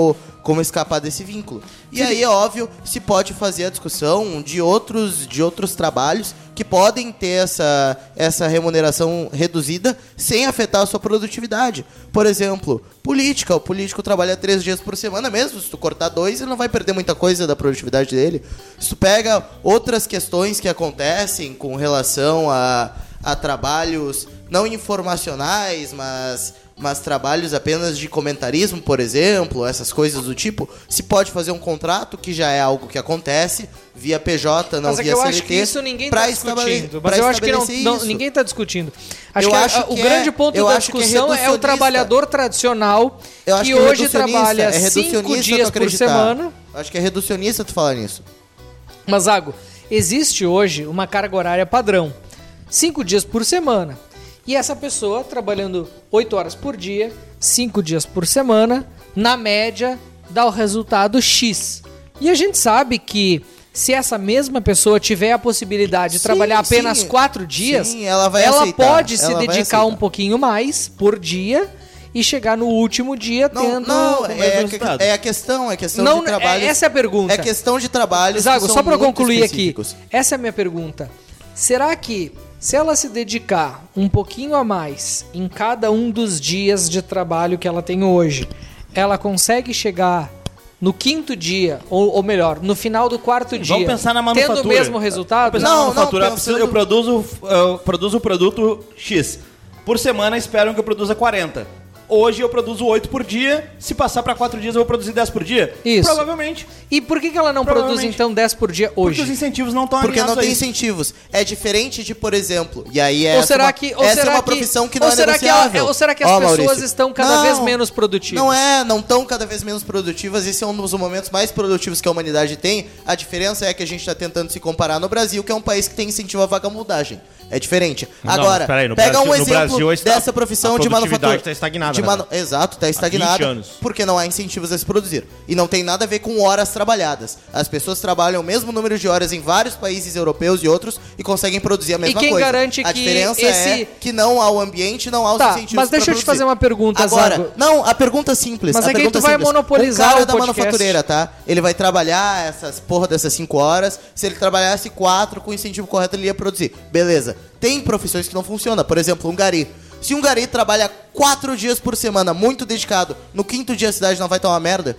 como escapar desse vínculo. E aí, é óbvio, se pode fazer a discussão de outros, de outros trabalhos que podem ter essa, essa remuneração reduzida sem afetar a sua produtividade. Por exemplo, política. O político trabalha três dias por semana mesmo. Se tu cortar dois, ele não vai perder muita coisa da produtividade dele. Se tu pega outras questões que acontecem com relação a, a trabalhos não informacionais, mas... mas trabalhos apenas de comentarismo, por exemplo, essas coisas do tipo, se pode fazer um contrato, que já é algo que acontece, via P J, não mas é via que eu C L T. acho que isso ninguém está discutindo. Mas eu acho que não, não, ninguém está discutindo. Acho eu que, acho a, que o é, grande ponto da discussão é, é o trabalhador tradicional que, que hoje trabalha é cinco dias por semana. Acho que é reducionista tu falar nisso. Mas, Zago, existe hoje uma carga horária padrão. Cinco dias por semana. E essa pessoa trabalhando oito horas por dia, cinco dias por semana, na média, dá o resultado X. E a gente sabe que se essa mesma pessoa tiver a possibilidade de sim, trabalhar apenas sim. quatro dias, sim, ela, vai ela pode ela se vai dedicar aceitar. um pouquinho mais por dia e chegar no último dia não, tendo... Não, é, a, é a questão, é questão não, de trabalho... Essa é a pergunta. É questão de trabalho. Zago, só para concluir aqui, essa é a minha pergunta. Será que... se ela se dedicar um pouquinho a mais em cada um dos dias de trabalho que ela tem hoje, ela consegue chegar no quinto dia, ou, ou melhor, no final do quarto dia, vamos pensar na manufatura. Tendo o mesmo resultado? Não, na manufatura, não, pensando... eu, produzo, eu produzo o produto X. Por semana esperam que eu produza quarenta. Hoje eu produzo oito por dia. Se passar para quatro dias, eu vou produzir dez por dia? Isso. Provavelmente. E por que, que ela não produz, então, dez por dia hoje? Porque os incentivos não estão Porque não tem aí. incentivos. É diferente de, por exemplo... E aí é ou será uma, que, ou essa será é uma que, profissão que não ou é será negociável. Que ela, ou será que as Ó, pessoas Maurício, estão cada não, vez menos produtivas? Não é, não estão cada vez menos produtivas. Esse é um dos momentos mais produtivos que a humanidade tem. A diferença é que a gente está tentando se comparar no Brasil, que é um país que tem incentivo à vagabundagem. É diferente. Não, Agora, aí, no pega Brasil, um exemplo Brasil, dessa profissão de manufatura. Está estagnada. De manu... né? Exato, está estagnada. Porque não há incentivos a se produzir. E não tem nada a ver com horas trabalhadas. As pessoas trabalham o mesmo número de horas em vários países europeus e outros e conseguem produzir a mesma e quem coisa. Garante a que diferença esse... é que não há o ambiente, não há os tá, incentivos. Mas deixa eu te fazer uma pergunta, Agora, Zago. Não, a pergunta simples. Mas a é que pergunta tu vai simples. monopolizar o cara o da podcast. manufatureira, tá? Ele vai trabalhar essas porra dessas cinco horas. Se ele trabalhasse quatro com o incentivo correto, ele ia produzir. Beleza. Tem profissões que não funcionam. Por exemplo, um gari. Se um gari trabalha quatro dias por semana, muito dedicado, no quinto dia a cidade não vai estar uma merda?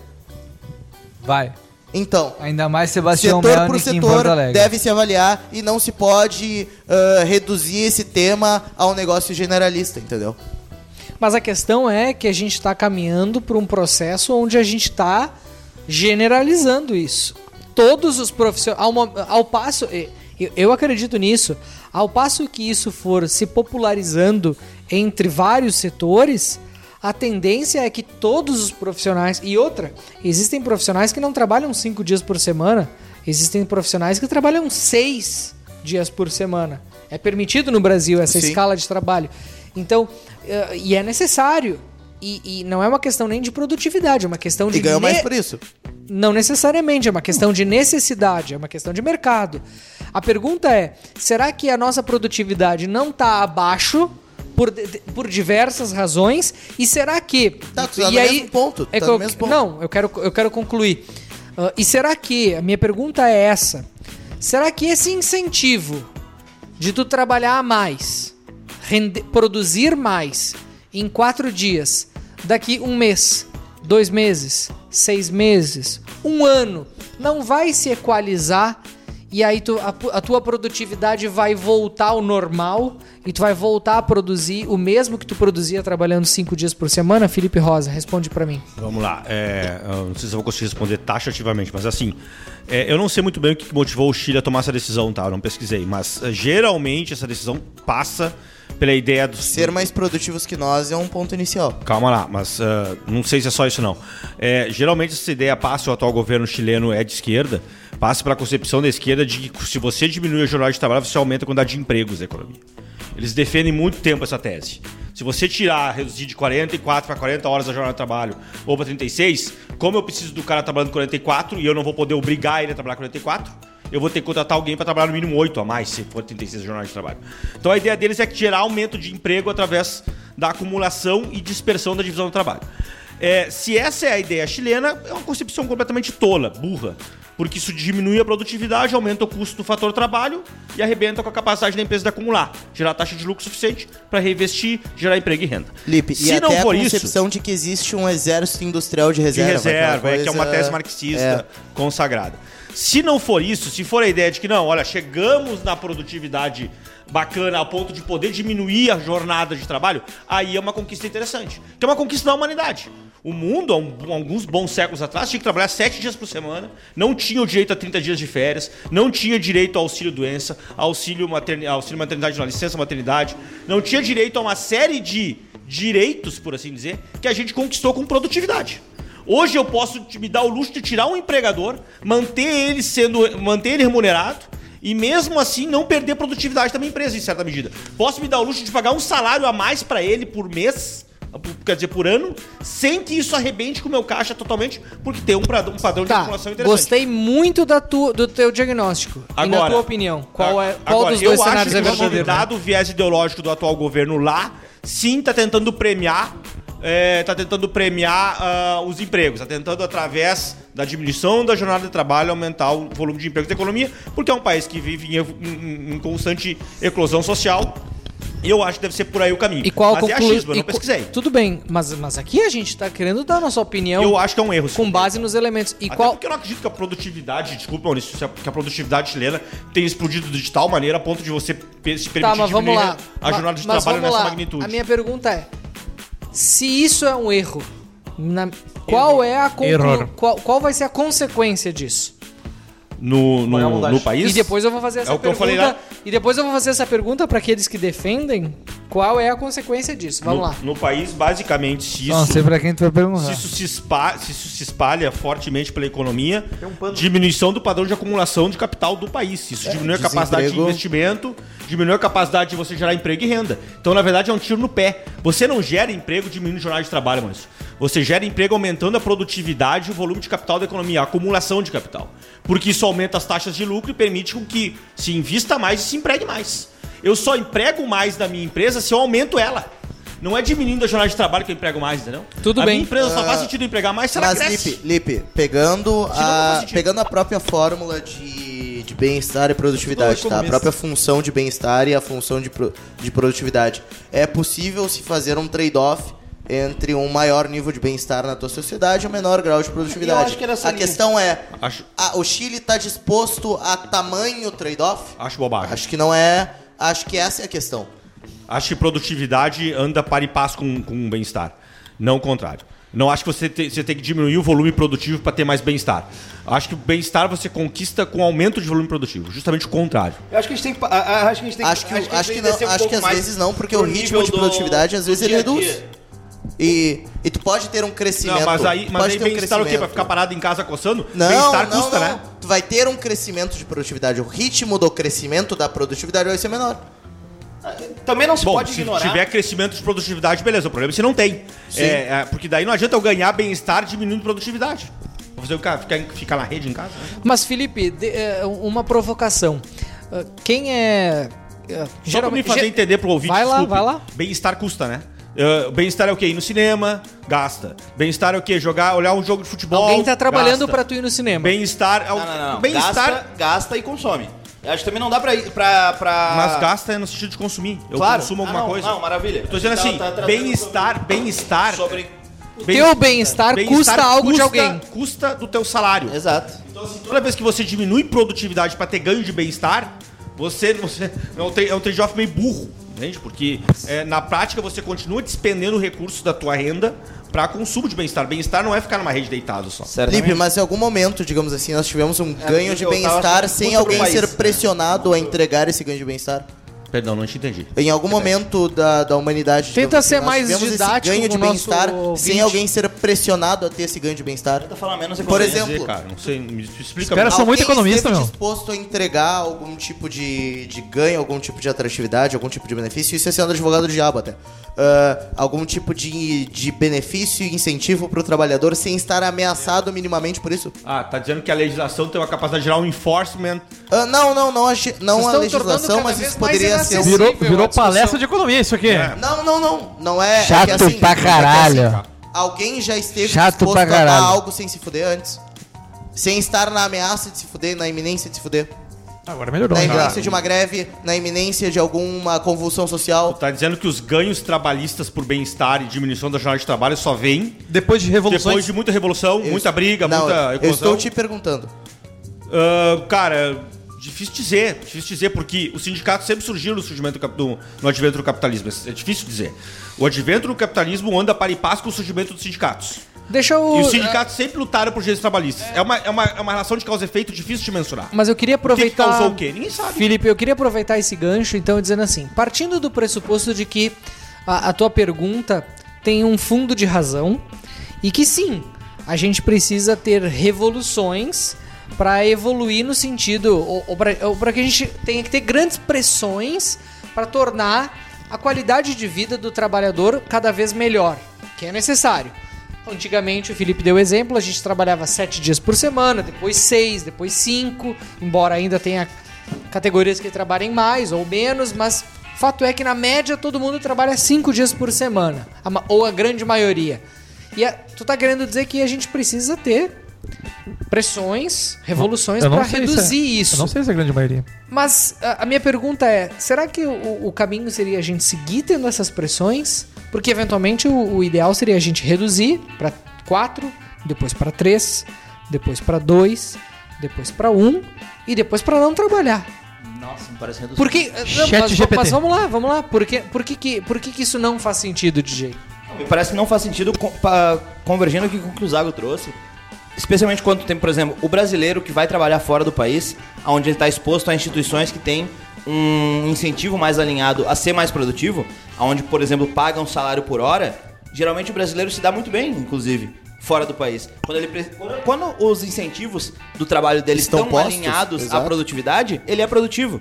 Vai. Então, ainda mais Sebastião setor por setor deve se avaliar e não se pode uh, reduzir esse tema a um negócio generalista, entendeu? Mas a questão é que a gente está caminhando para um processo onde a gente está generalizando isso. Todos os profissionais, ao, ao passo, eu, eu acredito nisso, ao passo que isso for se popularizando entre vários setores, a tendência é que todos os profissionais... E outra, existem profissionais que não trabalham cinco dias por semana, existem profissionais que trabalham seis dias por semana. É permitido no Brasil essa Sim. escala de trabalho. Então, uh, e é necessário. E, e não é uma questão nem de produtividade, é uma questão de... E ganha ne- mais por isso. Não necessariamente, é uma questão de necessidade, é uma questão de mercado. A pergunta é, será que a nossa produtividade não está abaixo por, por diversas razões? E será que... Tá, tu tá no mesmo ponto. É tá que no eu, mesmo ponto. Não, eu quero, eu quero concluir. Uh, e será que, a minha pergunta é essa, será que esse incentivo de tu trabalhar mais, rende, produzir mais em quatro dias, daqui um mês, dois meses, seis meses, um ano, não vai se equalizar e aí tu, a, a tua produtividade vai voltar ao normal e tu vai voltar a produzir o mesmo que tu produzia trabalhando cinco dias por semana? Felipe Rosa, responde pra mim. Vamos lá, é, eu não sei se eu vou conseguir responder taxativamente, mas assim, é, eu não sei muito bem o que motivou o Chile a tomar essa decisão, tá? Eu não pesquisei, mas uh, geralmente essa decisão passa pela ideia do... Ser mais produtivos que nós é um ponto inicial. Calma lá, mas uh, não sei se é só isso não. É, geralmente essa ideia passa, o atual governo chileno é de esquerda, passa pela concepção da esquerda de que se você diminui a jornada de trabalho, você aumenta a quantidade de empregos da economia. Eles defendem muito tempo essa tese. Se você tirar, reduzir de quarenta e quatro para quarenta horas a jornada de trabalho ou para trinta e seis, como eu preciso do cara trabalhando quarenta e quatro e eu não vou poder obrigar ele a trabalhar quarenta e quatro, eu vou ter que contratar alguém para trabalhar no mínimo oito a mais, se for trinta e seis a jornada de trabalho. Então a ideia deles é gerar aumento de emprego através da acumulação e dispersão da divisão do trabalho. É, se essa é a ideia chilena, é uma concepção completamente tola, burra. Porque isso diminui a produtividade, aumenta o custo do fator trabalho e arrebenta com a capacidade da empresa de acumular, gerar taxa de lucro suficiente para reinvestir, gerar emprego e renda. Lipe, se e não até for a isso, concepção de que existe um exército industrial de reserva. de reserva, coisa... é, que é uma tese marxista é. consagrada. Se não for isso, se for a ideia de que não, olha, chegamos na produtividade bacana a ponto de poder diminuir a jornada de trabalho, aí é uma conquista interessante. Que é uma conquista da humanidade. O mundo, há um, alguns bons séculos atrás, tinha que trabalhar sete dias por semana, não tinha o direito a trinta dias de férias, não tinha direito ao auxílio-doença, auxílio, materni- auxílio maternidade, não, licença maternidade, não tinha direito a uma série de direitos, por assim dizer, que a gente conquistou com produtividade. Hoje eu posso me dar o luxo de tirar um empregador, manter ele sendo, manter ele remunerado e mesmo assim não perder produtividade da minha empresa em certa medida. Posso me dar o luxo de pagar um salário a mais para ele por mês, quer dizer, por ano, sem que isso arrebente com o meu caixa totalmente, porque tem um padrão, um padrão tá, de acumulação interessante. Gostei muito da tua, do teu diagnóstico. Agora, e na tua opinião, qual, é, qual agora, dos dois eu cenários acho é que verdadeiro? dado o viés ideológico do atual governo lá, sim, tá tentando premiar É, tá tentando premiar uh, os empregos, tá tentando, através da diminuição da jornada de trabalho, aumentar o volume de empregos da economia, porque é um país que vive em, em, em constante eclosão social. E eu acho que deve ser por aí o caminho. E qual mas conclu... é achismo, eu e não pesquisei. Tudo bem, mas, mas aqui a gente tá querendo dar a nossa opinião. Eu acho que é um erro. Com base nos elementos. E Até qual... porque eu não acredito que a produtividade, desculpa, Maurício, que a produtividade chilena tenha explodido de tal maneira a ponto de você se permitir tá, mas vamos lá. a jornada de mas trabalho vamos nessa lá. magnitude. A minha pergunta é: se isso é um erro, na... qual é a conclu... qual, qual vai ser a consequência disso? No, no, no país? E depois eu vou fazer essa é o que eu falei pergunta. lá. E depois eu vou fazer essa pergunta para aqueles que defendem. Qual é a consequência disso? Vamos no, lá. No país, basicamente, se isso, Não sei pra quem tu vai perguntar. se isso se espalha, se isso se espalha fortemente pela economia, diminuição do padrão de acumulação de capital do país. Isso É, diminui a capacidade de desemprego. investimento, diminui a capacidade de você gerar emprego e renda. Então, na verdade, é um tiro no pé. Você não gera emprego diminuindo jornada de trabalho, Maurício. Você gera emprego aumentando a produtividade e o volume de capital da economia, a acumulação de capital. Porque isso aumenta as taxas de lucro e permite com que se invista mais e se empregue mais. Eu só emprego mais da minha empresa se eu aumento ela. Não é diminuindo a jornada de trabalho que eu emprego mais, entendeu? Tudo a bem. minha empresa só Ah, faz sentido empregar mais se ela Mas, cresce. Lipe, Lipe, pegando, faz a, sentido. pegando a própria fórmula de, de bem-estar e produtividade, Sou tá? A economista. própria função de bem-estar e a função de, pro- de produtividade. É possível se fazer um trade-off entre um maior nível de bem-estar na tua sociedade e um menor grau de produtividade. Eu acho que era essa a linha. questão é, Acho, a- o Chile está disposto a tamanho trade-off? acho bobagem. Acho, Acho que não é... Acho que essa é a questão. que produtividade anda para e passo com, com bem-estar. Não o contrário. Não acho que você, te, você tem que diminuir o volume produtivo para ter mais bem-estar. Acho que o bem-estar você conquista com aumento de volume produtivo. Justamente o contrário. Eu acho que a gente tem que. a- a- Acho que a gente tem Acho que, a acho gente que, tem não, descer um acho que pouco às mais vezes não, porque o pro ritmo nível de do- produtividade às do vezes ele dia a reduz. dia. E, e tu pode ter um crescimento. Não, mas aí, mas pode aí ter um bem-estar o quê? Pra crescimento. ficar parado em casa coçando? Não, bem-estar não, custa, não. né? Tu vai ter um crescimento de produtividade. O ritmo do crescimento da produtividade vai ser menor. Também não se Bom, pode se ignorar. tiver crescimento de produtividade, beleza. O problema é se não tem. Sim. É, é, porque daí não adianta eu ganhar bem-estar diminuindo produtividade. Vou fazer o cara ficar, ficar na rede em casa? Né? Mas, Felipe, de- é, uma provocação. Ah, Quem é. é, Só pra me fazer ge- entender pro ouvinte, Vai lá, desculpe. vai lá. Bem-estar custa, né? Uh, bem-estar é o quê? Ir no cinema, gasta. Bem-estar é o quê? Jogar, olhar um jogo de futebol, Alguém tá trabalhando gasta. pra tu ir no cinema. Bem-estar é o... Não, não, não. Bem-estar... Gasta, gasta e consome. Eu acho que também não dá pra ir pra. pra... Mas gasta é no sentido de consumir. Eu Claro. consumo Ah, alguma não, coisa. Não, maravilha. Eu tô dizendo Tá- assim, tá tratando bem-estar, bem-estar... Sobre. O teu bem-estar custa algo de custa- alguém. Custa do teu salário. Exato. Então, assim, toda vez que você diminui produtividade para ter ganho de bem-estar, você, você é um tra- é um trade-off meio burro, entende? Porque é, na prática você continua despendendo recursos da tua renda para consumo de bem-estar. Bem-estar não é ficar numa rede deitado só. Lipe, mas em algum momento, digamos assim, nós tivemos um ganho porque de eu tava bem-estar muito sem sobre o alguém país. ser pressionado a entregar esse ganho de bem-estar? Perdão, não te entendi. Em algum momento da, da humanidade. Tenta digamos ser nós mais tivemos didático esse ganho de com o nosso bem-estar ouvinte. sem alguém ser pressionado a ter esse ganho de bem-estar. Tenta falar menos Por economia. exemplo, Dizer, cara, não sei, me explica. Os caras são alguém muito economistas, esteve meu. disposto a entregar algum tipo de, de ganho, algum tipo de atratividade, algum tipo de benefício, isso é sendo advogado do diabo até. Ah, algum tipo de, de benefício e incentivo para o trabalhador sem estar ameaçado minimamente por isso? Ah, tá dizendo que a legislação tem uma capacidade de gerar um enforcement. Ah, não, não, não, a, ge- não Vocês a estão legislação, tornando mas cada isso vez mais poderia ser um... inacessível. Virou, virou a discussão. palestra de economia isso aqui. É. Não, não, não, não é... Chato é que assim, pra caralho. Alguém já esteve Chato disposto pra a dar caralho. algo sem se fuder antes? Sem estar na ameaça de se fuder, na iminência de se fuder? Agora melhorou. Na hein? iminência de uma greve, na iminência de alguma convulsão social. Tá dizendo que os ganhos trabalhistas por bem-estar e diminuição da jornada de trabalho só vêm Depois de revoluções. depois de muita revolução, Eu muita est- briga, Não, muita eu eclosão. estou te perguntando. Ah, cara, difícil dizer, difícil dizer, porque os sindicatos sempre surgiram no surgimento do, cap- do- no advento do capitalismo. É difícil dizer. O advento do capitalismo anda para e passo com o surgimento dos sindicatos. Deixa eu... E os sindicatos sempre lutaram por direitos trabalhistas. É, uma, é, uma, é uma relação de causa e efeito difícil de mensurar. Mas eu queria aproveitar... O que que causou o quê? Ninguém sabe. Felipe, eu queria aproveitar esse gancho, então, dizendo assim, partindo do pressuposto de que a, a tua pergunta tem um fundo de razão e que sim, a gente precisa ter revoluções para evoluir no sentido, ou, ou para que a gente tenha que ter grandes pressões para tornar a qualidade de vida do trabalhador cada vez melhor, que é necessário. Antigamente, o Felipe deu exemplo, a gente trabalhava sete dias por semana, depois seis, depois cinco, embora ainda tenha categorias que trabalhem mais ou menos, mas fato é que na média todo mundo trabalha cinco dias por semana, a ma- ou a grande maioria. E a, tu tá querendo dizer que a gente precisa ter pressões, revoluções Eu não para sei se é- reduzir isso. Eu não sei se é a grande maioria. Mas a, a minha pergunta é, será que o, o caminho seria a gente seguir tendo essas pressões? Porque eventualmente o, o ideal seria a gente reduzir para quatro, depois para três, depois para dois, depois para um e depois para não trabalhar. Nossa, me parece reduzir. Por que, não, Chat mas, G P T. mas vamos lá, vamos lá. Por que, por que, que, por que, que isso não faz sentido, D J? Me parece que não faz sentido com, pa- convergindo aqui com o que o Zago trouxe. Especialmente quando tem, por exemplo, o brasileiro que vai trabalhar fora do país, onde ele está exposto a instituições que têm um incentivo mais alinhado a ser mais produtivo, onde, por exemplo, pagam um salário por hora. Geralmente o brasileiro se dá muito bem, inclusive, fora do país. Quando, ele, pre- quando, quando os incentivos do trabalho dele Estão estão, postos, alinhados à exato. produtividade, ele é produtivo.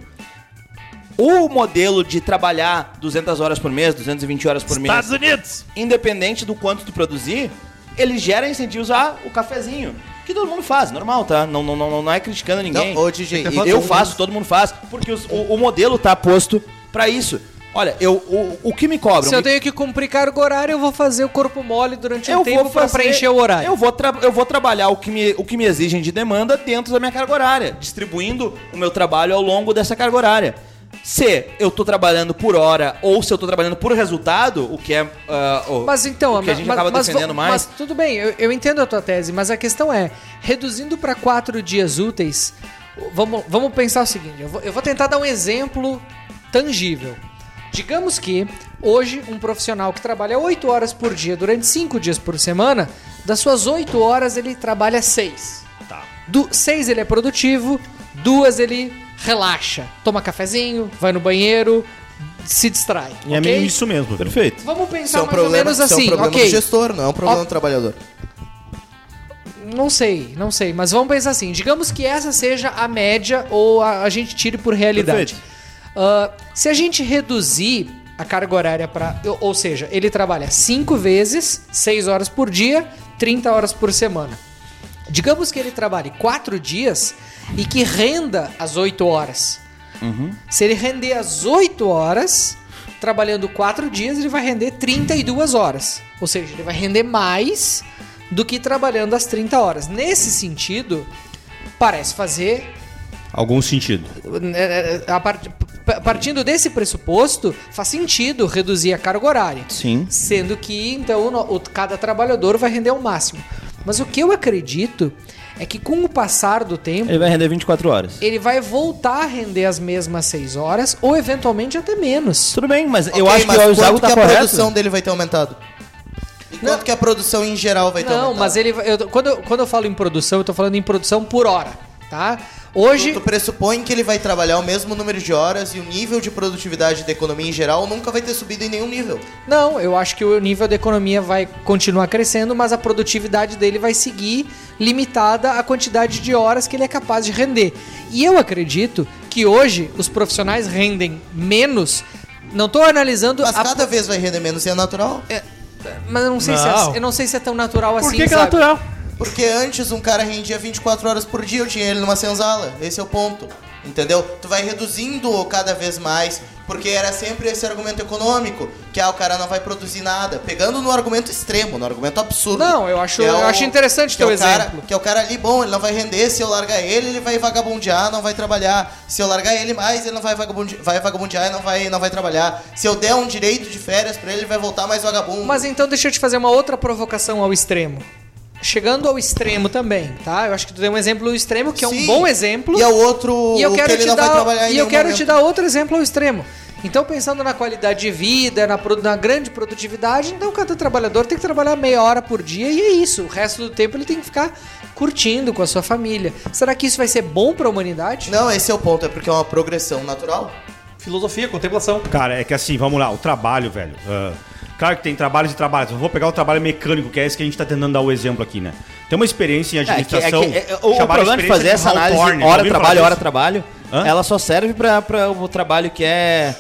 O modelo de trabalhar duzentas horas por mês, duzentas e vinte horas por mês, Unidos! independente do quanto tu produzir, ele gera incentivos a o cafezinho. Que todo mundo faz, normal, tá? Não, não, não, não é criticando ninguém. Não, ô, D J, eu faço, todo mundo faz, porque os- o, o modelo tá posto pra isso. Olha, eu, o, o que me cobram... Se eu me- tenho que cumprir carga horária, eu vou fazer o corpo mole durante um eu tempo vou para fazer- preencher o horário. Eu vou, tra- eu vou trabalhar o que, me, o que me exigem de demanda dentro da minha carga horária, distribuindo o meu trabalho ao longo dessa carga horária. Se eu tô trabalhando por hora ou se eu tô trabalhando por resultado, o que é ah, o, Mas então, o que a gente mas, acaba mas, defendendo mais... Mas tudo bem, eu, eu entendo a tua tese, mas a questão é, reduzindo para quatro dias úteis, vamos, vamos pensar o seguinte, eu vou, eu vou tentar dar um exemplo tangível. Digamos que hoje um profissional que trabalha oito horas por dia durante cinco dias por semana, das suas oito horas ele trabalha seis. Tá. Do seis ele é produtivo, duas ele relaxa, toma cafezinho, vai no banheiro, se distrai. E é ok? meio isso mesmo. Perfeito. Vamos Isso pensar é um mais problema, ou menos isso é um assim, problema ok? do gestor, não é um problema Ó. do trabalhador. Não sei, não sei, mas vamos pensar assim. Digamos que essa seja a média ou a, a gente tire por realidade. Ah, se a gente reduzir a carga horária para, ou seja, ele trabalha cinco vezes, seis horas por dia, trinta horas por semana. Digamos que ele trabalhe quatro dias e que renda as oito horas. Se ele render as oito horas, trabalhando quatro dias, ele vai render trinta e duas horas. Ou seja, ele vai render mais do que trabalhando as trinta horas. Nesse sentido, parece fazer... Algum sentido. é, a part- p- Partindo desse pressuposto, faz sentido reduzir a carga horária. Sim. Sendo que, então, no- o- cada trabalhador vai render ao máximo. Mas o que eu acredito é que com o passar do tempo, Ele vai render vinte e quatro horas. ele vai voltar a render as mesmas seis horas, ou eventualmente até menos. Tudo bem, mas eu Ok, acho mas que o quanto Zago que tá a correto. produção dele vai ter aumentado? E quanto que a produção em geral vai ter Não, aumentado? mas ele. Eu, quando, eu, quando eu falo em produção, eu tô falando em produção por hora, tá? Hoje. Tu pressupõe que ele vai trabalhar o mesmo número de horas e o nível de produtividade da economia em geral nunca vai ter subido em nenhum nível. Não, eu acho que o nível da economia vai continuar crescendo, mas a produtividade dele vai seguir limitada à quantidade de horas que ele é capaz de render. E eu acredito que hoje os profissionais rendem menos. Não tô analisando Mas a. cada vez vai render menos e é natural. Mas eu não sei, Se Não. é, eu não sei se é tão natural Por assim. que, que é sabe? natural? Porque antes um cara rendia vinte e quatro horas por dia, eu tinha ele numa senzala. Esse é o ponto. Entendeu? Tu vai reduzindo cada vez mais, porque era sempre esse argumento econômico, que ah, o cara não vai produzir nada. Pegando no argumento extremo, no argumento absurdo. Não, eu acho, que é eu o- acho interessante que é teu o cara- exemplo. que é o cara ali, bom, ele não vai render, se eu largar ele, ele vai vagabundear, não vai trabalhar. Se eu largar ele mais, ele não vai vagabundear, vai vagabundear e não vai, não vai trabalhar. Se eu der um direito de férias pra ele, ele vai voltar mais vagabundo. Mas então deixa eu te fazer uma outra provocação ao extremo. Chegando ao extremo também, tá? Eu acho que tu deu um exemplo extremo, que é um Sim. bom exemplo. E é o outro E eu o quero que ele te não vai dar, trabalhar em e eu nenhum quero momento. te dar outro exemplo ao extremo. Então, pensando na qualidade de vida, na, produ- na grande produtividade, então cada trabalhador tem que trabalhar meia hora por dia e é isso. O resto do tempo ele tem que ficar curtindo com a sua família. Será que isso vai ser bom para a humanidade? Não, esse é o ponto, é porque é uma progressão natural. Filosofia, contemplação. Cara, é que assim, vamos lá, o trabalho, velho. ah, claro que tem trabalhos e trabalhos. Eu vou pegar o trabalho mecânico, que é esse que a gente tá tentando dar o exemplo aqui, né? Tem uma experiência em É, que- administração. é que- é- o chamada problema de experiência fazer essa análise Hawthorne. hora Já ouviram trabalho, falar hora disso? trabalho, Hã? ela só serve pra, pra o trabalho que é...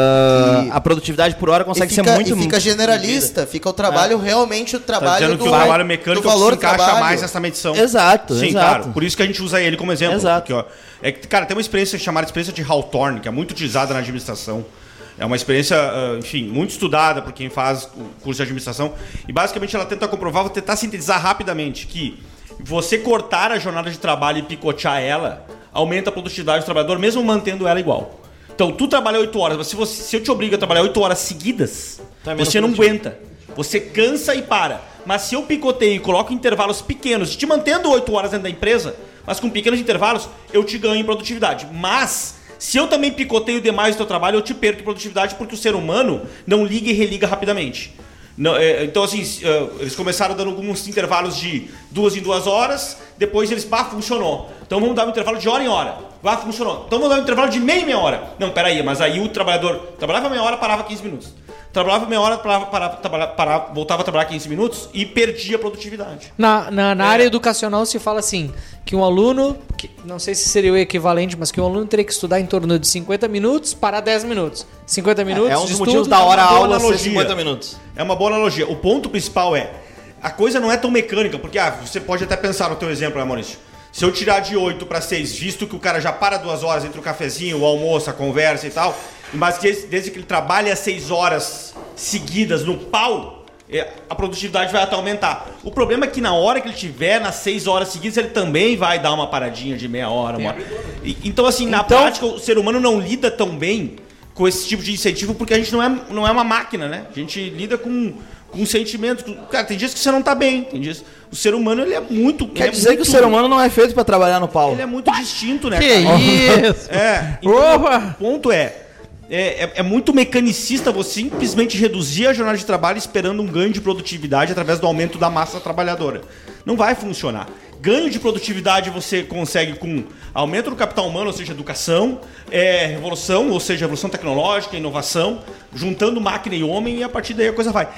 ah, E- a produtividade por hora E consegue fica, ser muito... e fica generalista, fica o trabalho realmente o Tá trabalho dizendo do que o trabalho mecânico do valor se encaixa trabalho. mais nessa medição. Exato, Sim, exato. claro. Por isso que a gente usa ele como exemplo. Exato. Porque, ó, é que, cara, tem uma experiência chamada experiência de Hawthorne, que é muito utilizada na administração. É uma experiência, ah, enfim, muito estudada por quem faz o curso de administração. E basicamente ela tenta comprovar, vou tentar sintetizar rapidamente que você cortar a jornada de trabalho e picotear ela aumenta a produtividade do trabalhador, mesmo mantendo ela igual. Então, tu trabalha oito horas, mas se, você, se eu te obrigo a trabalhar oito horas seguidas, Tá menos você não produtivo. aguenta. Você cansa e para. Mas se eu picoteio e coloco intervalos pequenos, te mantendo oito horas dentro da empresa, mas com pequenos intervalos, eu te ganho em produtividade. Mas, se eu também picoteio demais o teu trabalho, eu te perco em produtividade, porque o ser humano não liga e religa rapidamente. Não, é, então, assim, uh, eles começaram dando alguns intervalos de duas em duas horas, depois eles, pá, funcionou. Então vamos dar um intervalo de hora em hora. Pá, funcionou. Então vamos dar um intervalo de meia em meia hora. Não, peraí, mas aí o trabalhador trabalhava meia hora, parava quinze minutos. Trabalhava meia hora, parava, parava, trabalhava, parava, voltava a trabalhar quinze minutos e perdia a produtividade. Na, na, na área educacional se fala assim, que um aluno, que não sei se seria o equivalente, mas que um aluno teria que estudar em torno de cinquenta minutos para dez minutos. cinquenta minutos É um de dos estudo, motivos da é uma hora boa aula ser analogia. cinquenta minutos. É uma boa analogia. O ponto principal é, a coisa não é tão mecânica, porque ah, você pode até pensar no teu exemplo, né, Maurício? Se eu tirar de oito para seis, visto que o cara já para duas horas entre o cafezinho, o almoço, a conversa e tal, mas que esse- desde que ele trabalha seis horas seguidas no pau, é, a produtividade vai até aumentar. O problema é que na hora que ele tiver, nas seis horas seguidas, ele também vai dar uma paradinha de meia hora. Uma... E- então, assim, na Então- prática, o ser humano não lida tão bem com esse tipo de incentivo, porque a gente não é, não é uma máquina, né? A gente lida com, com sentimentos. com- Cara, tem dias que você não tá bem. Tem dias... O ser humano, ele é muito... Quer ele é dizer muito- que o ser humano não é feito pra trabalhar no pau. Ele é muito distinto, né, Que cara? isso? É, então, Opa! o ponto é, é, é, é muito mecanicista você simplesmente reduzir a jornada de trabalho esperando um ganho de produtividade através do aumento da massa trabalhadora. Não vai funcionar. Ganho de produtividade você consegue com aumento do capital humano, ou seja, educação, é, revolução, ou seja, revolução tecnológica, inovação, juntando máquina e homem, e a partir daí a coisa vai.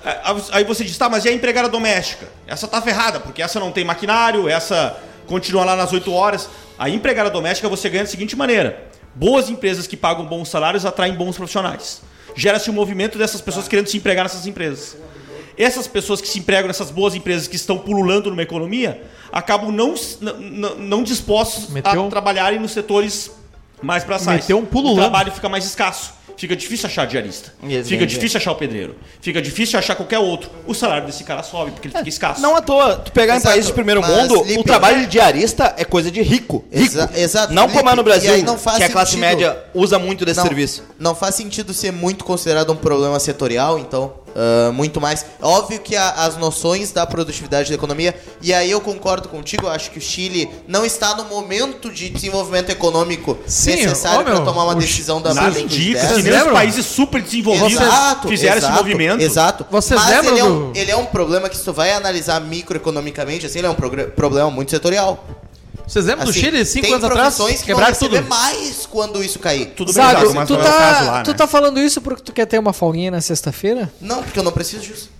Aí você diz, tá, mas e a empregada doméstica? Essa tá ferrada, porque essa não tem maquinário, essa continua lá nas oito horas. A empregada doméstica você ganha da seguinte maneira: boas empresas que pagam bons salários atraem bons profissionais. Gera-se um movimento dessas pessoas querendo se empregar nessas empresas. Essas pessoas que se empregam nessas boas empresas que estão pululando numa economia acabam não, não, não dispostos Meteu- a trabalharem nos setores mais braçais. Meteu um pululando. O trabalho fica mais escasso. Fica difícil achar diarista. Entendi. Fica difícil achar o pedreiro. Fica difícil achar qualquer outro. O salário desse cara sobe porque ele fica escasso. Não à toa, tu pegar Exato, em países de primeiro mas, mundo, Lipe, o trabalho de diarista é coisa de rico. rico. Exa- exato, Não Felipe, como é no Brasil, e aí não faz que a classe sentido. média usa muito desse não, serviço. Não faz sentido ser muito considerado um problema setorial, então, ah, muito mais. Óbvio que a- as noções da produtividade da economia, e aí eu concordo contigo, eu acho que o Chile não está no momento de desenvolvimento econômico Sim, necessário ó, para meu, tomar uma o decisão da Nada magnitude indica dessa. que nem os lembram? países super desenvolvidos Exato, fizeram exato, esse movimento. Exato. Vocês Mas lembram ele é, um, do- ele é um problema que se tu vai analisar microeconomicamente, assim, ele é um progr- problema muito setorial. Vocês lembram do Assim, Chile, cinco tem anos atrás? profissões que vão Quebraram receber tudo. mais quando isso cair. Tudo bem, Zago, Zago, mas tu, não é o tá, caso lá, tu né? tá falando isso porque tu quer ter uma folguinha na sexta-feira? Não, porque eu não preciso disso.